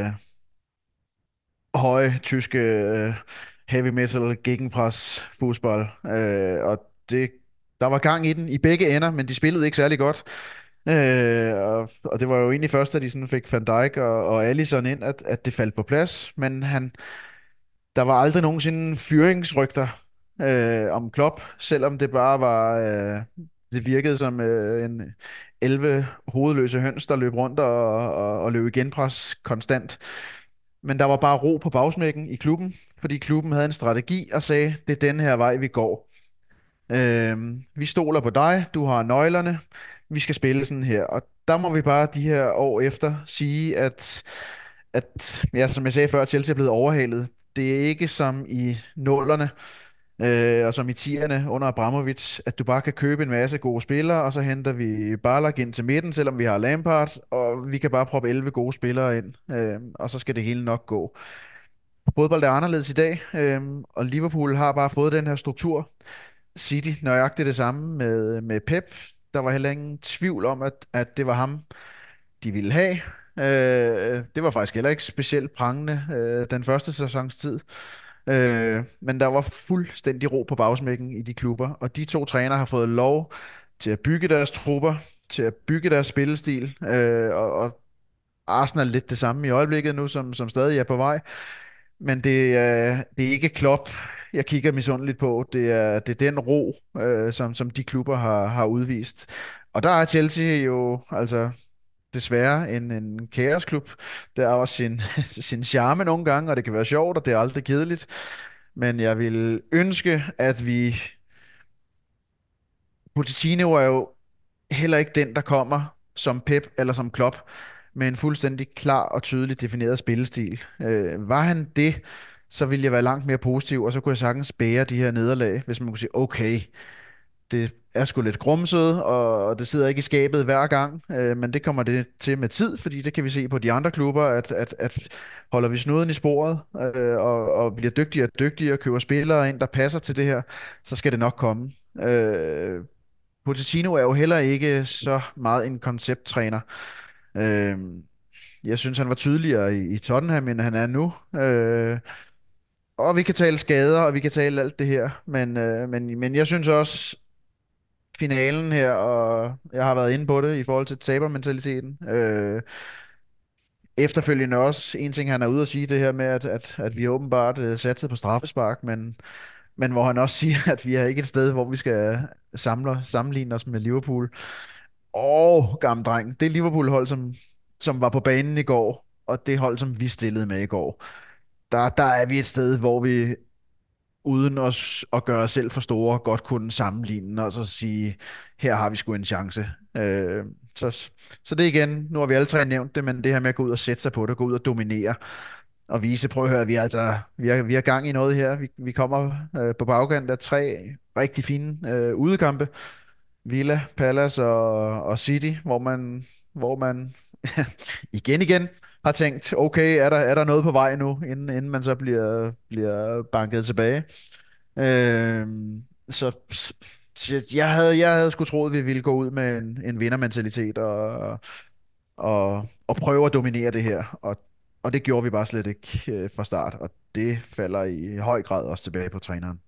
høje tyske heavy metal gegenpres fodbold. Der var gang i den i begge ender, men de spillede ikke særlig godt. Og det var jo egentlig først, da de sådan fik Van Dijk og Alisson ind, at det faldt på plads. Men der var aldrig nogensinde fyringsrygter om Klopp, selvom det bare var... det virkede som en 11 hovedløse høns, der løb rundt og løb i genpres konstant. Men der var bare ro på bagsmækken i klubben, fordi klubben havde en strategi og sagde, det er den her vej, vi går. Vi stoler på dig, du har nøglerne, vi skal spille sådan her. Og der må vi bare de her år efter sige, at ja, som jeg sagde før, Chelsea er blevet overhalet. Det er ikke som i nullerne og som i tierne under Abramovich, at du bare kan købe en masse gode spillere, og så henter vi Ballack ind til midten, selvom vi har Lampard, og vi kan bare proppe 11 gode spillere ind, og så skal det hele nok gå. Fodbold er anderledes i dag, og Liverpool har bare fået den her struktur. City nøjagtigt det samme med Pep. Der var heller ingen tvivl om, at det var ham, de ville have. Det var faktisk heller ikke specielt prangende den første sæsons tid. Men der var fuldstændig ro på bagsmækken i de klubber, og de to trænere har fået lov til at bygge deres trupper, til at bygge deres spillestil, og Arsenal lidt det samme i øjeblikket nu, som stadig er på vej. Men det er ikke Klopp, jeg kigger misundeligt på. Det er den ro, som de klubber har udvist. Og der er Chelsea jo altså desværre en kaosklub. Der er også sin charme nogle gange, og det kan være sjovt, og det er aldrig kedeligt. Men jeg vil ønske, at Pochettino er jo heller ikke den, der kommer som Pep eller som Klopp med en fuldstændig klar og tydelig defineret spillestil. Var han det, så ville jeg være langt mere positiv, og så kunne jeg sagtens bære de her nederlag, hvis man kunne sige, okay, det er sgu lidt grumset, og det sidder ikke i skabet hver gang, men det kommer det til med tid, fordi det kan vi se på de andre klubber, at holder vi snuden i sporet, og bliver dygtigere og dygtigere, og køber spillere ind, der passer til det her, så skal det nok komme. Pochettino er jo heller ikke så meget en koncepttræner. Jeg synes, han var tydeligere i Tottenham, end han er nu. Og vi kan tale skader, og vi kan tale alt det her, men jeg synes også, finalen her, og jeg har været inde på det i forhold til tabermentaliteten. Efterfølgende også, en ting han er ude at sige, det her med, at vi åbenbart satset på straffespark, men hvor han også siger, at vi er ikke et sted, hvor vi skal sammenligne os med Liverpool. Gammel dreng, det Liverpool-hold, som var på banen i går, og det hold, som vi stillede med i går, der er vi et sted, hvor vi uden at gøre os selv for store, godt kunne sammenligne og så sige, her har vi sgu en chance. Så det igen, nu har vi alle tre nævnt det, men det her med at gå ud og sætte sig på det, gå ud og dominere, og vise, prøv at høre, vi har gang i noget her. Vi kommer på bagkant af 3 rigtig fine udekampe. Villa, Palace og City, hvor man igen har tænkt, okay, er der noget på vej nu, inden man så bliver banket tilbage. Så jeg havde sgu troet, at vi ville gå ud med en vindermentalitet og prøve at dominere det her. Og det gjorde vi bare slet ikke fra start, og det falder i høj grad også tilbage på træneren.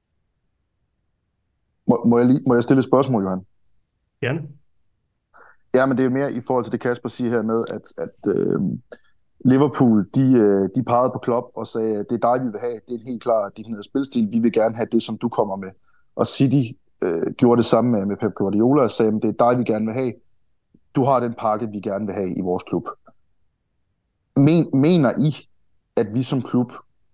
Må jeg stille et spørgsmål, Johan? Gerne. Ja, men det er jo mere i forhold til det, Kasper siger her med, at Liverpool, de pegede på Klopp og sagde, at det er dig, vi vil have. Det er en helt klar defineret spilstil. Vi vil gerne have det, som du kommer med. Og City gjorde det samme med Pep Guardiola og sagde, at det er dig, vi gerne vil have. Du har den pakke, vi gerne vil have i vores klub. Mener I, at vi som klub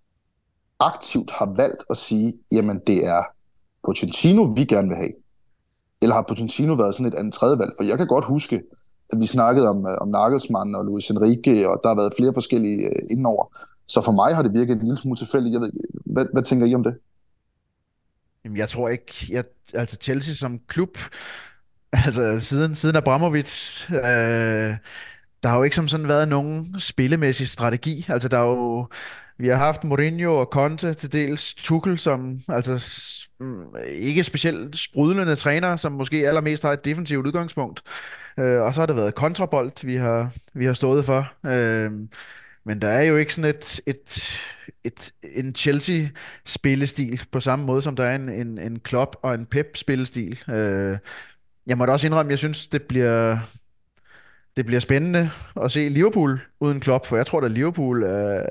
aktivt har valgt at sige, jamen det er Pochettino, vi gerne vil have? Eller har Pochettino været sådan et andet tredje valg? For jeg kan godt huske, at vi snakkede om Nagelsmann og Luis Enrique, og der har været flere forskellige indenover. Så for mig har det virket en lille smule tilfældigt. Jeg ved, hvad tænker I om det? Jamen, jeg tror ikke, altså Chelsea som klub, altså siden Abramovich, der har jo ikke som sådan været nogen spillemæssig strategi. Altså vi har haft Mourinho og Conte, til dels Tuchel, som altså ikke specielt sprudlende trænere, som måske allermest har et defensivt udgangspunkt. Og så har det været kontrabold, vi har stået for. Men der er jo ikke sådan en Chelsea-spillestil på samme måde, som der er en Klopp og en Pep-spillestil. Jeg må da også indrømme, jeg synes, det bliver spændende at se Liverpool uden Klopp, for jeg tror, at Liverpool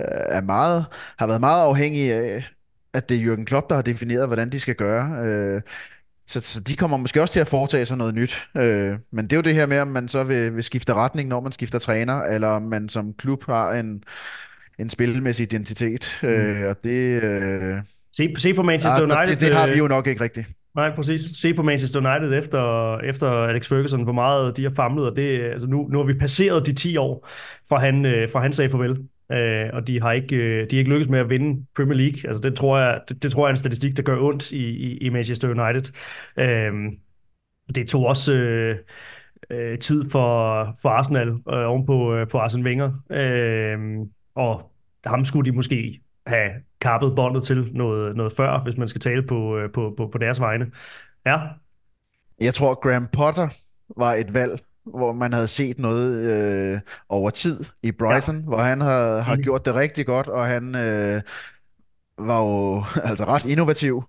har været meget afhængig af, at det er Jürgen Klopp, der har defineret, hvordan de skal gøre. Så de kommer måske også til at foretage sig noget nyt. Men det er jo det her med, om man så vil skifte retning, når man skifter træner, eller om man som klub har en spilmæssig identitet. Og det... Se på Manchester United. Det har vi jo nok ikke rigtigt. Nej, præcis. Se på Manchester United efter Alex Ferguson, hvor meget de har famlet, og det, altså nu har vi passeret de 10 år, fra han sagde farvel. Og de har ikke lykkes med at vinde Premier League. Altså det tror jeg er en statistik, der gør ondt i Manchester United. Det tog også tid for Arsenal oven på Arsene Wenger. Og ham skulle de måske have kappet båndet til noget før, hvis man skal tale på deres vegne. Ja. Jeg tror, Graham Potter var et valg, hvor man havde set noget over tid i Brighton, hvor han har gjort det rigtig godt, og han var jo altså ret innovativ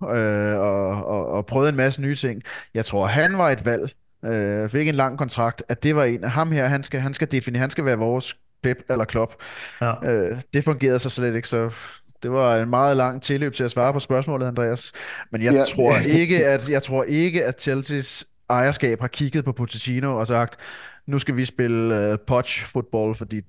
og prøvede en masse nye ting. Jeg tror, han var et valg, fik en lang kontrakt, at det var en af ham her, han skal definere, han skal være vores Pep eller Klopp. Ja. Det fungerede så slet ikke, så det var en meget lang tilløb til at svare på spørgsmålet, Andreas. Men jeg tror ikke, at Chelseas ejerskab har kigget på Pochettino og sagt, nu skal vi spille Poch-fodbold, fordi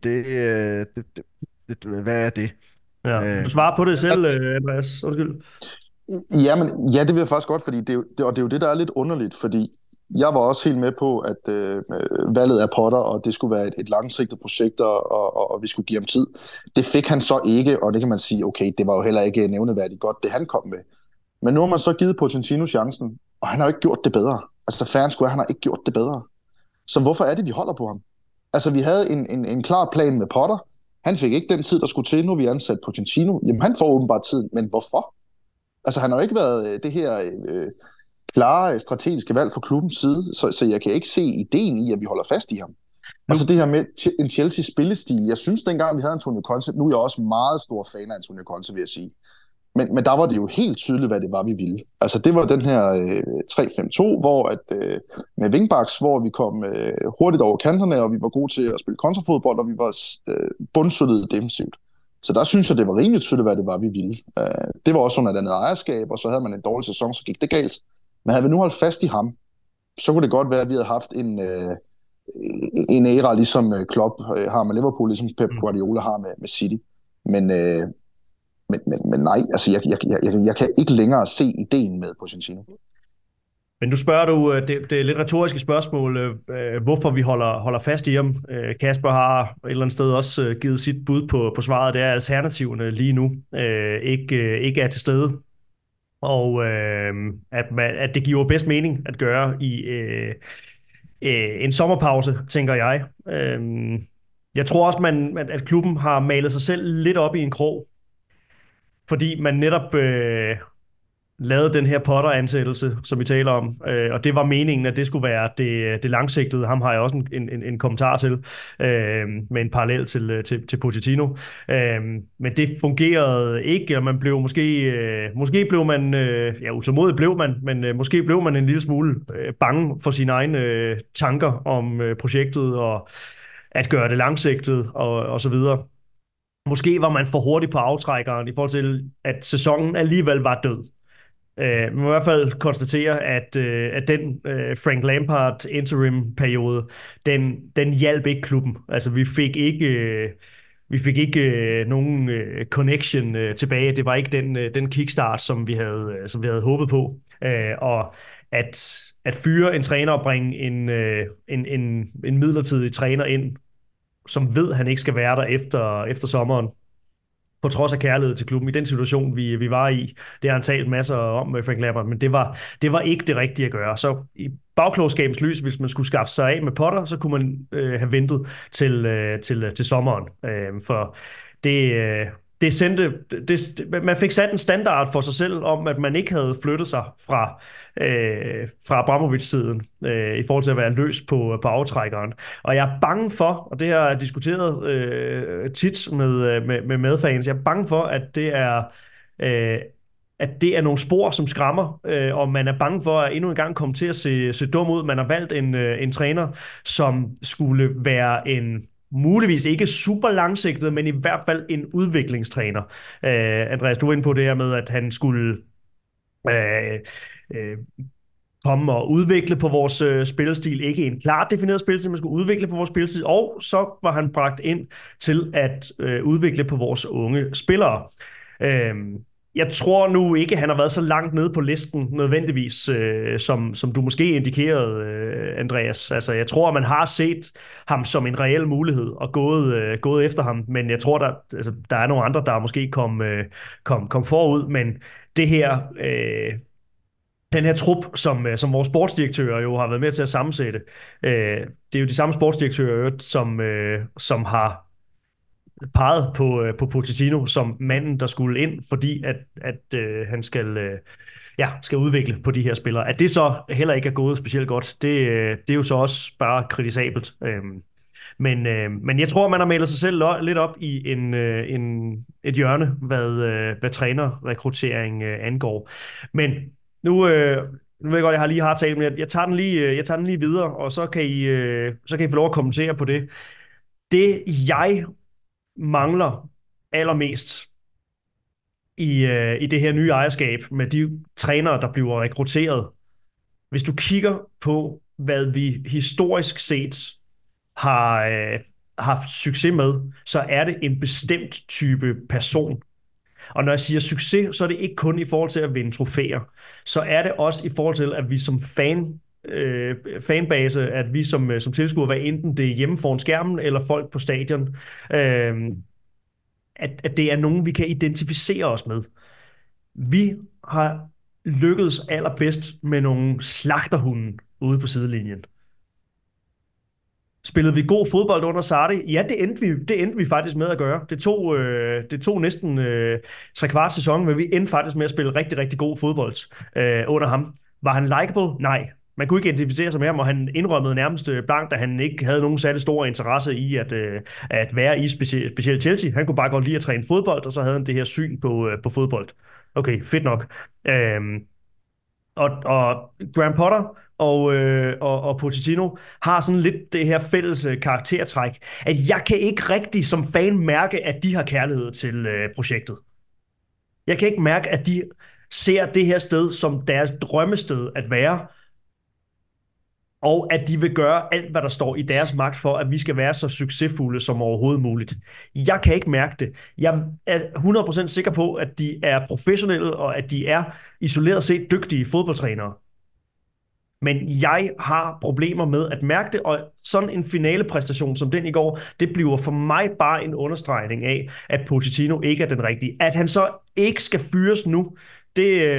hvad er det? Ja. Du svarer på det selv, Andreas. Undskyld. Ja, det vil jeg faktisk godt, fordi det er jo det, der er lidt underligt, fordi jeg var også helt med på, at valget af Potter, og det skulle være et langsigtet projekt, og vi skulle give ham tid. Det fik han så ikke, og det kan man sige, okay, det var jo heller ikke nævneværdigt godt, det han kom med. Men nu har man så givet Pochettino chancen, og han har jo ikke gjort det bedre. Altså fair square, han har ikke gjort det bedre. Så hvorfor er det, vi holder på ham? Altså vi havde en klar plan med Potter. Han fik ikke den tid, der skulle til, nu vi ansat Pochettino. Jamen han får åbenbart tid, men hvorfor? Altså han har jo ikke været det her klare strategiske valg fra klubbens side, så jeg kan ikke se ideen i, at vi holder fast i ham. Og så det her med en Chelsea-spillestil. Jeg synes, dengang vi havde Antonio Conte, nu er jeg også meget stor fan af Antonio Conte, vil jeg sige. Men der var det jo helt tydeligt, hvad det var, vi ville. Altså det var den her 3-5-2, hvor med wingbacks, hvor vi kom hurtigt over kanterne, og vi var gode til at spille kontrafodbold, og vi var bundsolide defensivt. Så der synes jeg, det var rimelig tydeligt, hvad det var, vi ville. Det var også under et andet ejerskab, og så havde man en dårlig sæson, så gik det galt. Men havde vi nu holdt fast i ham, så kunne det godt være, at vi havde haft en æra, ligesom Klopp har med Liverpool, ligesom Pep Guardiola har med City. Men nej, altså jeg kan ikke længere se ideen med Pochettino. Men nu spørger du, det er lidt retoriske spørgsmål, hvorfor vi holder fast i ham. Kasper har et eller andet sted også givet sit bud på svaret, det er alternativerne lige nu ikke er til stede. Og at det giver bedst mening at gøre i en sommerpause, tænker jeg. Jeg tror også, at klubben har malet sig selv lidt op i en krog, fordi man netop lavede den her Potter-ansættelse, som vi taler om, og det var meningen, at det skulle være det langsigtede. Ham har jeg også en kommentar til, med en parallel til Pochettino. Men det fungerede ikke, og man blev måske blev man, ja, utålmodig blev man, men måske blev man en lille smule bange for sine egne tanker om projektet, og at gøre det langsigtet, og så videre. Måske var man for hurtig på aftrækkeren i forhold til, at sæsonen alligevel var død. Man må i hvert fald konstatere, at den Frank Lampard interim-periode, den hjalp ikke klubben. Altså, vi fik ikke nogen connection tilbage. Det var ikke den kickstart, som vi havde håbet på. Og at fyre en træner og bringe en midlertidig træner ind, som ved, at han ikke skal være der efter sommeren, på trods af kærlighed til klubben, i den situation, vi var i. Det har han talt masser om med Frank Lampard, men det var ikke det rigtige at gøre. Så i bagklogskabens lys, hvis man skulle skaffe sig af med Potter, så kunne man have ventet til sommeren. For man fik sat en standard for sig selv om, at man ikke havde flyttet sig fra Abramovich-siden i forhold til at være løs på aftrækkeren. Og jeg er bange for, og det har jeg diskuteret tit med medfans, jeg er bange for, at det er nogle spor, som skræmmer, og man er bange for at endnu en gang komme til at se dum ud. Man har valgt en træner, som skulle være en muligvis ikke super langsigtet, men i hvert fald en udviklingstræner. Andreas, du var inde på det her med, at han skulle komme og udvikle på vores spillestil. Ikke en klart defineret spillestil, man skulle udvikle på vores spillestil, og så var han bragt ind til at udvikle på vores unge spillere. Jeg tror nu ikke, han har været så langt nede på listen nødvendigvis, som du måske indikerede, Andreas. Altså, jeg tror, man har set ham som en reel mulighed og gået efter ham, men jeg tror, der er nogle andre, der måske kom forud, men det her... Den her trup, som vores sportsdirektører jo har været med til at sammensætte, det er jo de samme sportsdirektører, som har peget på Pochettino som manden, der skulle ind, fordi at han skal udvikle på de her spillere. At det så heller ikke er gået specielt godt, det er jo så også bare kritisabelt. Men jeg tror, man har malet sig selv lidt op i et hjørne, hvad trænerrekruttering angår. Men nu ved jeg godt, jeg lige har talt, men jeg tager den lige videre, og så kan I få lov at kommentere på det. Det, jeg mangler allermest i det her nye ejerskab med de trænere, der bliver rekrutteret. Hvis du kigger på, hvad vi historisk set har haft succes med, så er det en bestemt type person. Og når jeg siger succes, så er det ikke kun i forhold til at vinde trofæer. Så er det også i forhold til, at vi som fanbase, at vi som tilskuere, hvad enten det er hjemme foran skærmen eller folk på stadion, at det er nogen, vi kan identificere os med. Vi har lykkedes allerbedst med nogle slagterhunde ude på sidelinjen. Spillede vi god fodbold under Sarri? Ja, det endte vi faktisk med at gøre. Det tog næsten 3/4 sæson, men vi endte faktisk med at spille rigtig, rigtig god fodbold under ham. Var han likable? Nej. Man kunne ikke identificere sig med ham, og han indrømmede nærmest blankt, at han ikke havde nogen særlig stor interesse i at være i specielt Chelsea. Han kunne bare godt lide at træne fodbold, og så havde han det her syn på fodbold. Okay, fedt nok. Og Graham Potter og Pochettino har sådan lidt det her fælles karaktertræk, at jeg kan ikke rigtig som fan mærke, at de har kærlighed til projektet. Jeg kan ikke mærke, at de ser det her sted som deres drømmested at være, og at de vil gøre alt, hvad der står i deres magt for, at vi skal være så succesfulde som overhovedet muligt. Jeg kan ikke mærke det. Jeg er 100% sikker på, at de er professionelle, og at de er isoleret set dygtige fodboldtrænere. Men jeg har problemer med at mærke det, og sådan en finalepræstation som den i går, det bliver for mig bare en understregning af, at Pochettino ikke er den rigtige. At han så ikke skal fyres nu,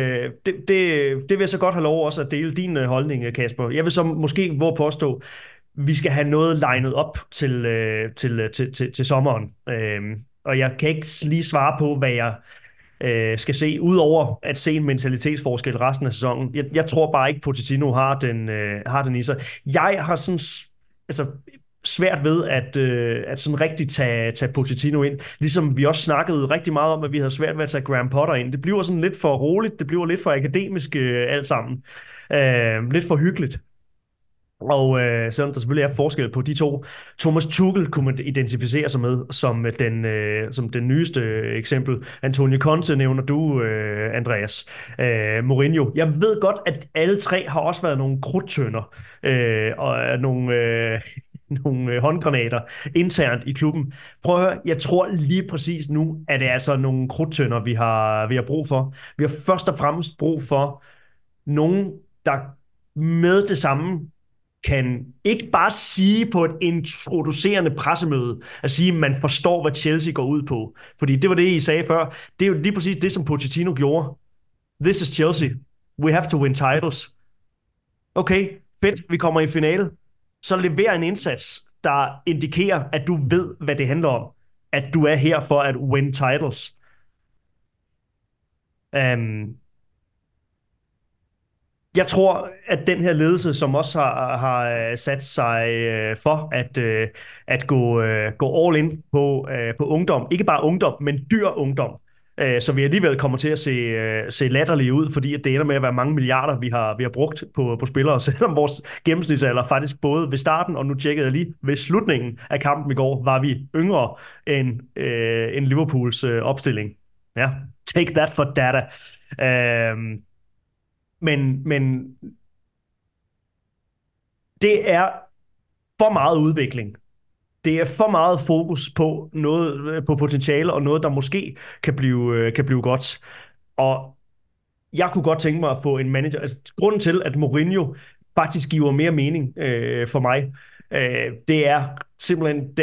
det vil jeg så godt have lov også at dele din holdning, Kasper. Jeg vil så måske påstå, vi skal have noget legnet op til sommeren. Og jeg kan ikke lige svare på, hvad jeg skal se, udover at se en mentalitetsforskel resten af sæsonen. Jeg tror bare ikke, Pochettino har den i sig. Jeg har sådan altså, svært ved at sådan rigtig tage Pochettino ind. Ligesom vi også snakkede rigtig meget om, at vi havde svært ved at tage Graham Potter ind. Det bliver sådan lidt for roligt, det bliver lidt for akademisk alt sammen. Lidt for hyggeligt. Og selvom der selvfølgelig er forskel på de to. Thomas Tuchel kunne man identificere sig med som den nyeste eksempel. Antonio Conte nævner du, Andreas. Mourinho. Jeg ved godt, at alle tre har også været nogle krudtønder og nogle håndgranater internt i klubben. Prøv at høre, jeg tror lige præcis nu, at det er altså nogle krudtønder, vi har brug for. Vi har først og fremmest brug for nogen, der med det samme kan ikke bare sige på et introducerende pressemøde, at sige, at man forstår, hvad Chelsea går ud på. Fordi det var det, I sagde før. Det er jo lige præcis det, som Pochettino gjorde. This is Chelsea. We have to win titles. Okay, fedt, vi kommer i finale. Så lever en indsats, der indikerer, at du ved, hvad det handler om. At du er her for at win titles. Jeg tror, at den her ledelse, som også har sat sig for at gå all in på ungdom, ikke bare ungdom, men dyr ungdom, så vi alligevel kommer til at se latterlige ud, fordi at det ender med at være mange milliarder, vi har brugt på spillere, selvom vores gennemsnitsalder faktisk både ved starten, og nu tjekkede jeg lige, ved slutningen af kampen i går, var vi yngre end Liverpools opstilling. Ja, take that for data. Men det er for meget udvikling. Det er for meget fokus på noget på potentiale og noget, der måske kan blive godt. Og jeg kunne godt tænke mig at få en manager. Altså, grunden til, at Mourinho faktisk giver mere mening for mig, det er simpelthen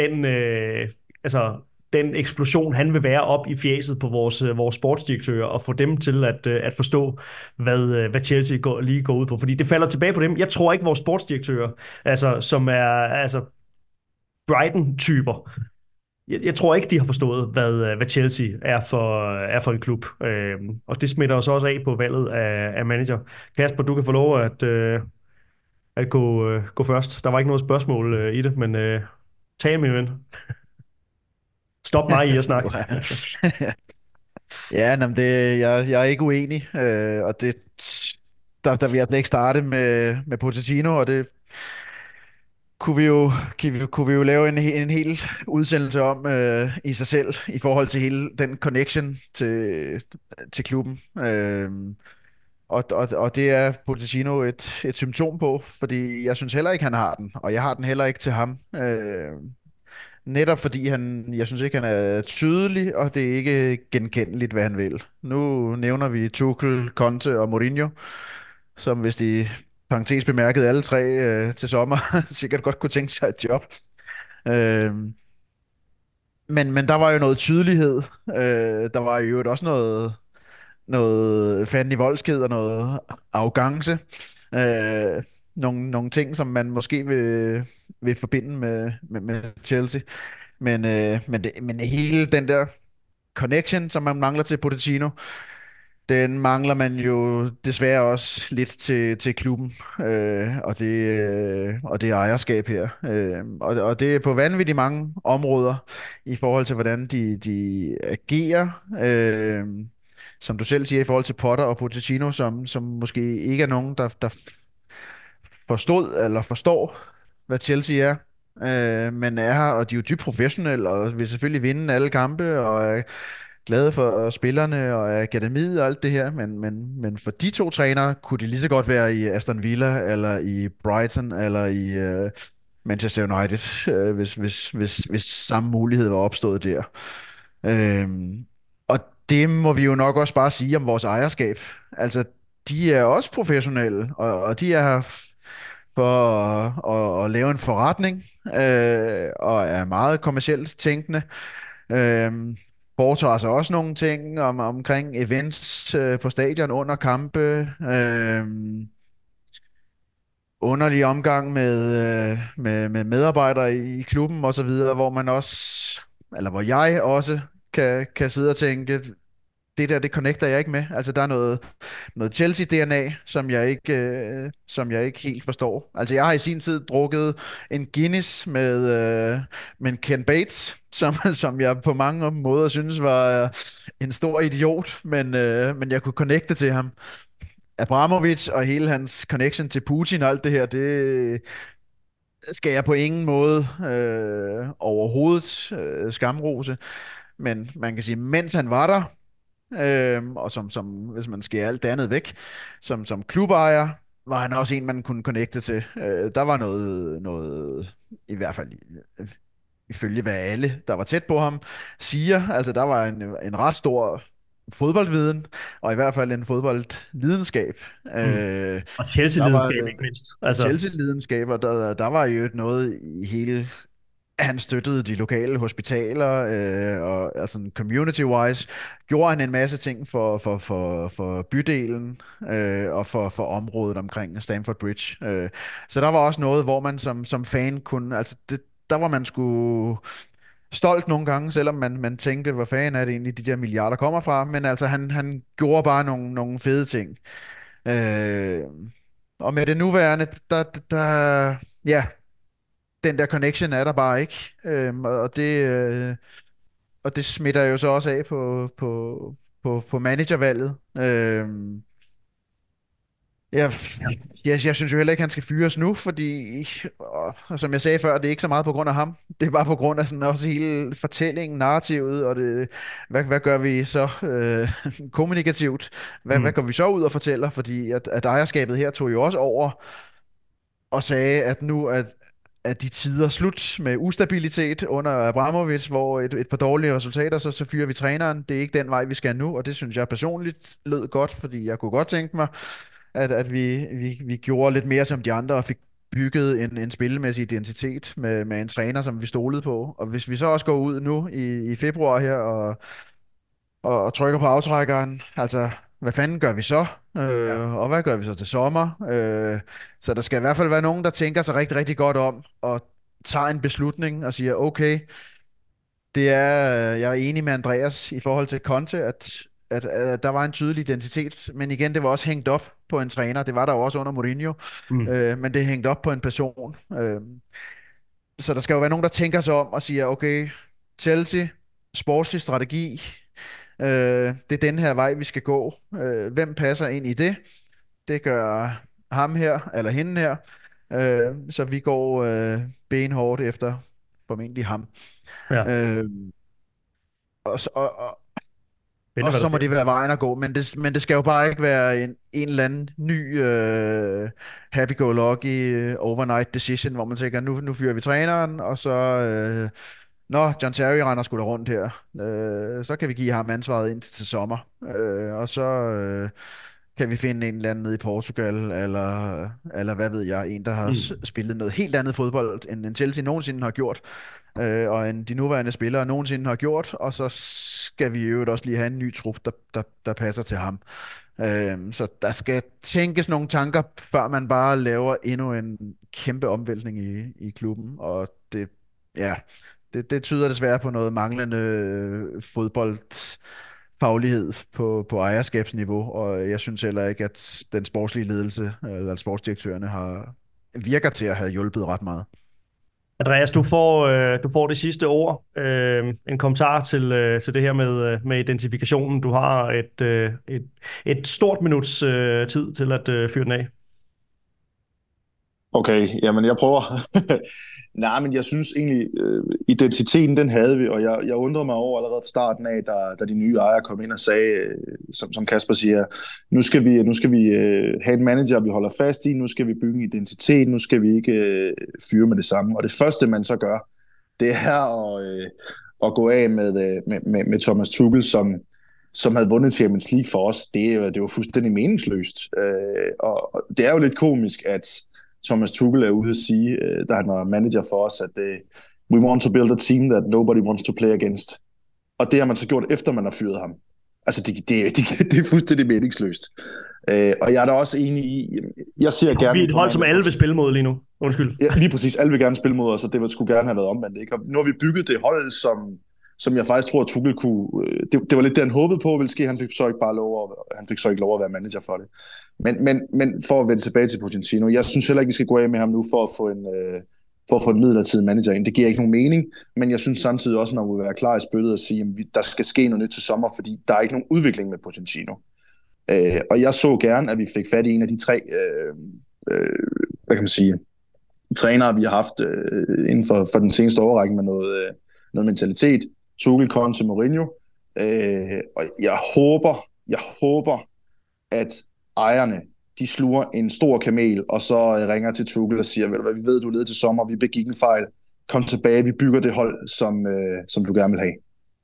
den eksplosion, han vil være op i fjeset på vores sportsdirektører og få dem til at forstå, hvad Chelsea lige går ud på. Fordi det falder tilbage på dem. Jeg tror ikke, vores sportsdirektører, som er Brighton-typer, jeg tror ikke, de har forstået, hvad Chelsea er for en klub. Og det smitter os også af på valget af manager. Kasper, du kan få lov at gå først. Der var ikke noget spørgsmål i det, men tal, min ven. Stop mig i at snakke. Ja, jamen jeg er ikke uenig, og der vil jeg slet ikke starte med Pochettino, og det kunne vi jo lave en hel udsendelse om i sig selv, i forhold til hele den connection til klubben. Og det er Pochettino et symptom på, fordi jeg synes heller ikke, han har den, og jeg har den heller ikke til ham. Netop fordi jeg synes ikke, han er tydelig, og det er ikke genkendeligt, hvad han vil. Nu nævner vi Tuchel, Conte og Mourinho, som hvis de parentes bemærket alle tre til sommer, sikkert godt kunne tænke sig et job. Øh, men der var jo noget tydelighed. Der var jo også noget fanden i voldsked og noget arrogance. Nogle ting, som man måske vil forbinde med Chelsea. Men hele den der connection, som man mangler til Pochettino, den mangler man jo desværre også lidt til klubben, og det ejerskab her. Og det er på vanvittigt mange områder i forhold til, hvordan de agerer. Som du selv siger, i forhold til Potter og Pochettino, som måske ikke er nogen, der forstod eller forstår, hvad Chelsea er. Men er her, og de er jo dybt professionelle, og vil selvfølgelig vinde alle kampe, og er glade for spillerne og akademiet og alt det her, men for de to trænere kunne de lige så godt være i Aston Villa, eller i Brighton, eller i Manchester United, hvis samme mulighed var opstået der. Og det må vi jo nok også bare sige om vores ejerskab. Altså, de er også professionelle, og de er her for at lave en forretning, og er meget kommercielt tænkende. Foretager sig også nogle ting omkring events på stadion under kampe. underlig omgang med medarbejdere i klubben og så videre, hvor man også, eller hvor jeg også kan sidde og tænke, det connecter jeg ikke med. Altså der er noget Chelsea-DNA, som jeg ikke helt forstår. Altså jeg har i sin tid drukket en Guinness med en Ken Bates, som jeg på mange måder synes var en stor idiot, men jeg kunne connecte til ham. Abramovich og hele hans connection til Putin og alt det her, det skal jeg på ingen måde overhovedet skamrose. Men man kan sige, mens han var der, og hvis man skærer alt det andet væk, som klubejer, var han også en, man kunne connecte til. Der var noget, i hvert fald ifølge hvad alle, der var tæt på ham, siger. Altså, der var en ret stor fodboldviden, og i hvert fald en fodboldlidenskab. Og Der var Chelsea-lidenskab ikke mindst. Altså, Chelsea-lidenskab, og der var jo noget i hele. Han støttede de lokale hospitaler, og altså community-wise gjorde han en masse ting for bydelen, og for området omkring Stamford Bridge. Så der var også noget, hvor man som fan kunne, altså der var man sgu stolt nogle gange, selvom man tænkte, hvor fanden er det egentlig, de der milliarder kommer fra, men altså han gjorde bare nogle fede ting. Øh, og med det nuværende, ja, den der connection er der bare ikke. Og det smitter jo så også af på managervalget. Jeg synes jo heller ikke, han skal fyres nu, fordi, og som jeg sagde før, det er ikke så meget på grund af ham. Det er bare på grund af sådan også hele fortællingen, narrativet, og hvad gør vi så kommunikativt? Hvad går vi så ud og fortæller? Fordi at ejerskabet her tog jo også over og sagde, at nu at de tider slut med ustabilitet under Abramovich, hvor et par dårlige resultater, så fyrer vi træneren. Det er ikke den vej, vi skal nu, og det synes jeg personligt lød godt, fordi jeg kunne godt tænke mig, at vi gjorde lidt mere som de andre og fik bygget en spillemæssig identitet med en træner, som vi stolede på. Og hvis vi så også går ud nu i februar her og trykker på aftrækkeren, altså hvad fanden gør vi så? Og hvad gør vi så til sommer? Så der skal i hvert fald være nogen, der tænker sig rigtig, rigtig godt om og tager en beslutning og siger, okay, jeg er enig med Andreas i forhold til Conte, at der var en tydelig identitet, men igen, det var også hængt op på en træner. Det var der jo også under Mourinho, men det er hængt op på en person. Så der skal jo være nogen, der tænker sig om og siger, okay, Chelsea, sportslig strategi, det er den her vej, vi skal gå. Hvem passer ind i det? Det gør ham her, eller hende her. Så vi går benhårdt efter formentlig ham. ja. Og Spændende, hvad så der må sker. det være vejen at gå, men det skal jo bare ikke være en eller anden ny happy-go-lucky overnight decision, hvor man tænker, nu fyrer vi træneren, og så John Terry render sgu da rundt her. Så kan vi give ham ansvaret indtil til sommer. Og så kan vi finde en eller anden nede i Portugal, eller hvad ved jeg, en, der har spillet noget helt andet fodbold, end Chelsea nogensinde har gjort, og end de nuværende spillere nogensinde har gjort, og så skal vi jo også lige have en ny trup, der passer til ham. Så der skal tænkes nogle tanker, før man bare laver endnu en kæmpe omvæltning i klubben, og det tyder desværre på noget manglende fodboldfaglighed på ejerskabsniveau, og jeg synes heller ikke, at den sportslige ledelse, eller sportsdirektørerne, virker til at have hjulpet ret meget. Andreas, du får det sidste ord. En kommentar til det her med identifikationen. Du har et stort minuts tid til at fyre den af. Okay, jamen jeg prøver. Nej, men jeg synes egentlig, identiteten den havde vi, og jeg undrede mig over allerede fra starten af, da de nye ejere kom ind og sagde, som Kasper siger, nu skal vi have en manager, vi holder fast i, nu skal vi bygge en identitet, nu skal vi ikke fyre med det samme. Og det første, man så gør, det er at gå af med Thomas Tuchel, som havde vundet Champions League for os. Det var fuldstændig meningsløst. Og det er jo lidt komisk, at Thomas Tuchel er ude at sige, da han var manager for os, at we want to build a team that nobody wants to play against. Og det har man så gjort, efter man har fyret ham. Altså, det er fuldstændig meningsløst. Og jeg er da også enig i, jeg ser gerne... Vi er et hold, som alle vil spille mod lige nu. Undskyld. Ja, lige præcis. Alle vil gerne spille mod os, og det skulle gerne have været omvendt. Ikke? Og nu har vi bygget det hold, som jeg faktisk tror, at Tuchel kunne... Det var lidt det, han håbede på, ville ske. Han fik så ikke lov at være manager for det. Men for at vende tilbage til Pochettino, jeg synes heller ikke, vi skal gå af med ham nu for at få en midlertidig manager ind. Det giver ikke nogen mening, men jeg synes samtidig også, at man må være klar i spyttet og sige, at der skal ske noget nyt til sommer, fordi der er ikke nogen udvikling med Pochettino. Og jeg så gerne, at vi fik fat i en af de tre, hvad kan man sige, trænere, vi har haft inden for den seneste årrække med noget mentalitet. Tuchel, Conte, Mourinho. Og jeg håber, at ejerne, de sluger en stor kamel, og så ringer til Tuchel og siger, ved du hvad, vi ved, du er ledet til sommer, vi begik en fejl, kom tilbage, vi bygger det hold, som du gerne vil have.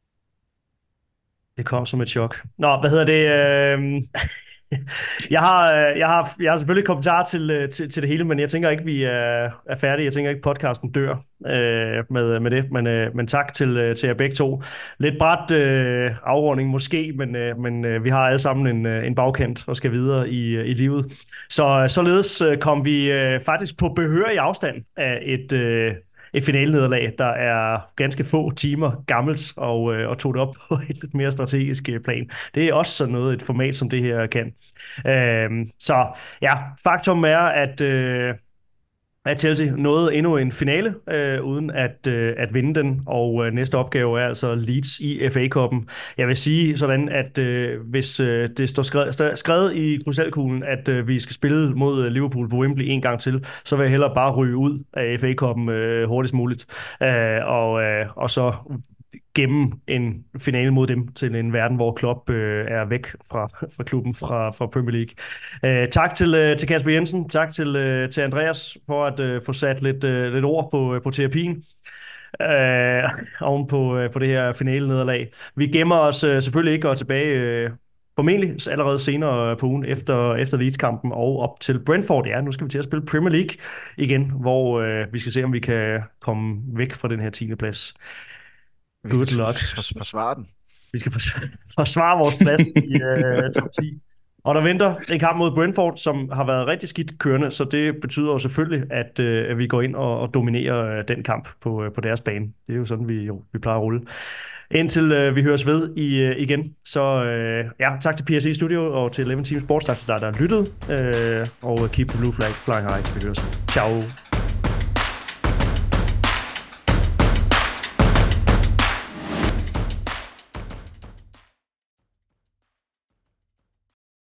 Det kom som et chok. Nå, hvad hedder det? Jeg har selvfølgelig kommentar til det hele, men jeg tænker ikke, vi er færdige. Jeg tænker ikke, podcasten dør med det. Men tak til jer begge to. Lidt brat afrunding måske, men vi har alle sammen en bagkant og skal videre i livet. Så således kom vi faktisk på behørig afstand af et finalnederlag, der er ganske få timer gammelt, og tog det op på et lidt mere strategisk plan. Det er også sådan noget, et format som det her kan. Så ja, faktum er, at Chelsea nåede endnu en finale, uden at vinde den, og næste opgave er altså Leeds i FA-cupen. Jeg vil sige sådan, at hvis det står skrevet i krystalkuglen, at vi skal spille mod Liverpool på Wembley en gang til, så vil jeg hellere bare ryge ud af FA-cupen hurtigst muligt, og så gemme en finale mod dem til en verden, hvor Klopp er væk fra klubben, fra Premier League. Tak til Kasper Jensen, tak til Andreas for at få sat lidt ord på terapien oven på det her finale-nederlag. Vi gemmer os selvfølgelig ikke og tilbage formentlig allerede senere på ugen efter Leeds-kampen og op til Brentford. Ja, nu skal vi til at spille Premier League igen, hvor vi skal se, om vi kan komme væk fra den her 10. plads. Good luck. Forsvare den. Vi skal forsvare vores plads i top 10. Og der venter en kamp mod Brentford, som har været rigtig skidt kørende, så det betyder jo selvfølgelig, at vi går ind og dominerer den kamp på deres bane. Det er jo sådan, vi plejer at rulle. Indtil vi høres ved igen. Så ja, tak til PSE Studio og til 11 Team Sports. Tak til dig, der har lyttet. Og keep the blue flag flying high, til vi høres. Ciao.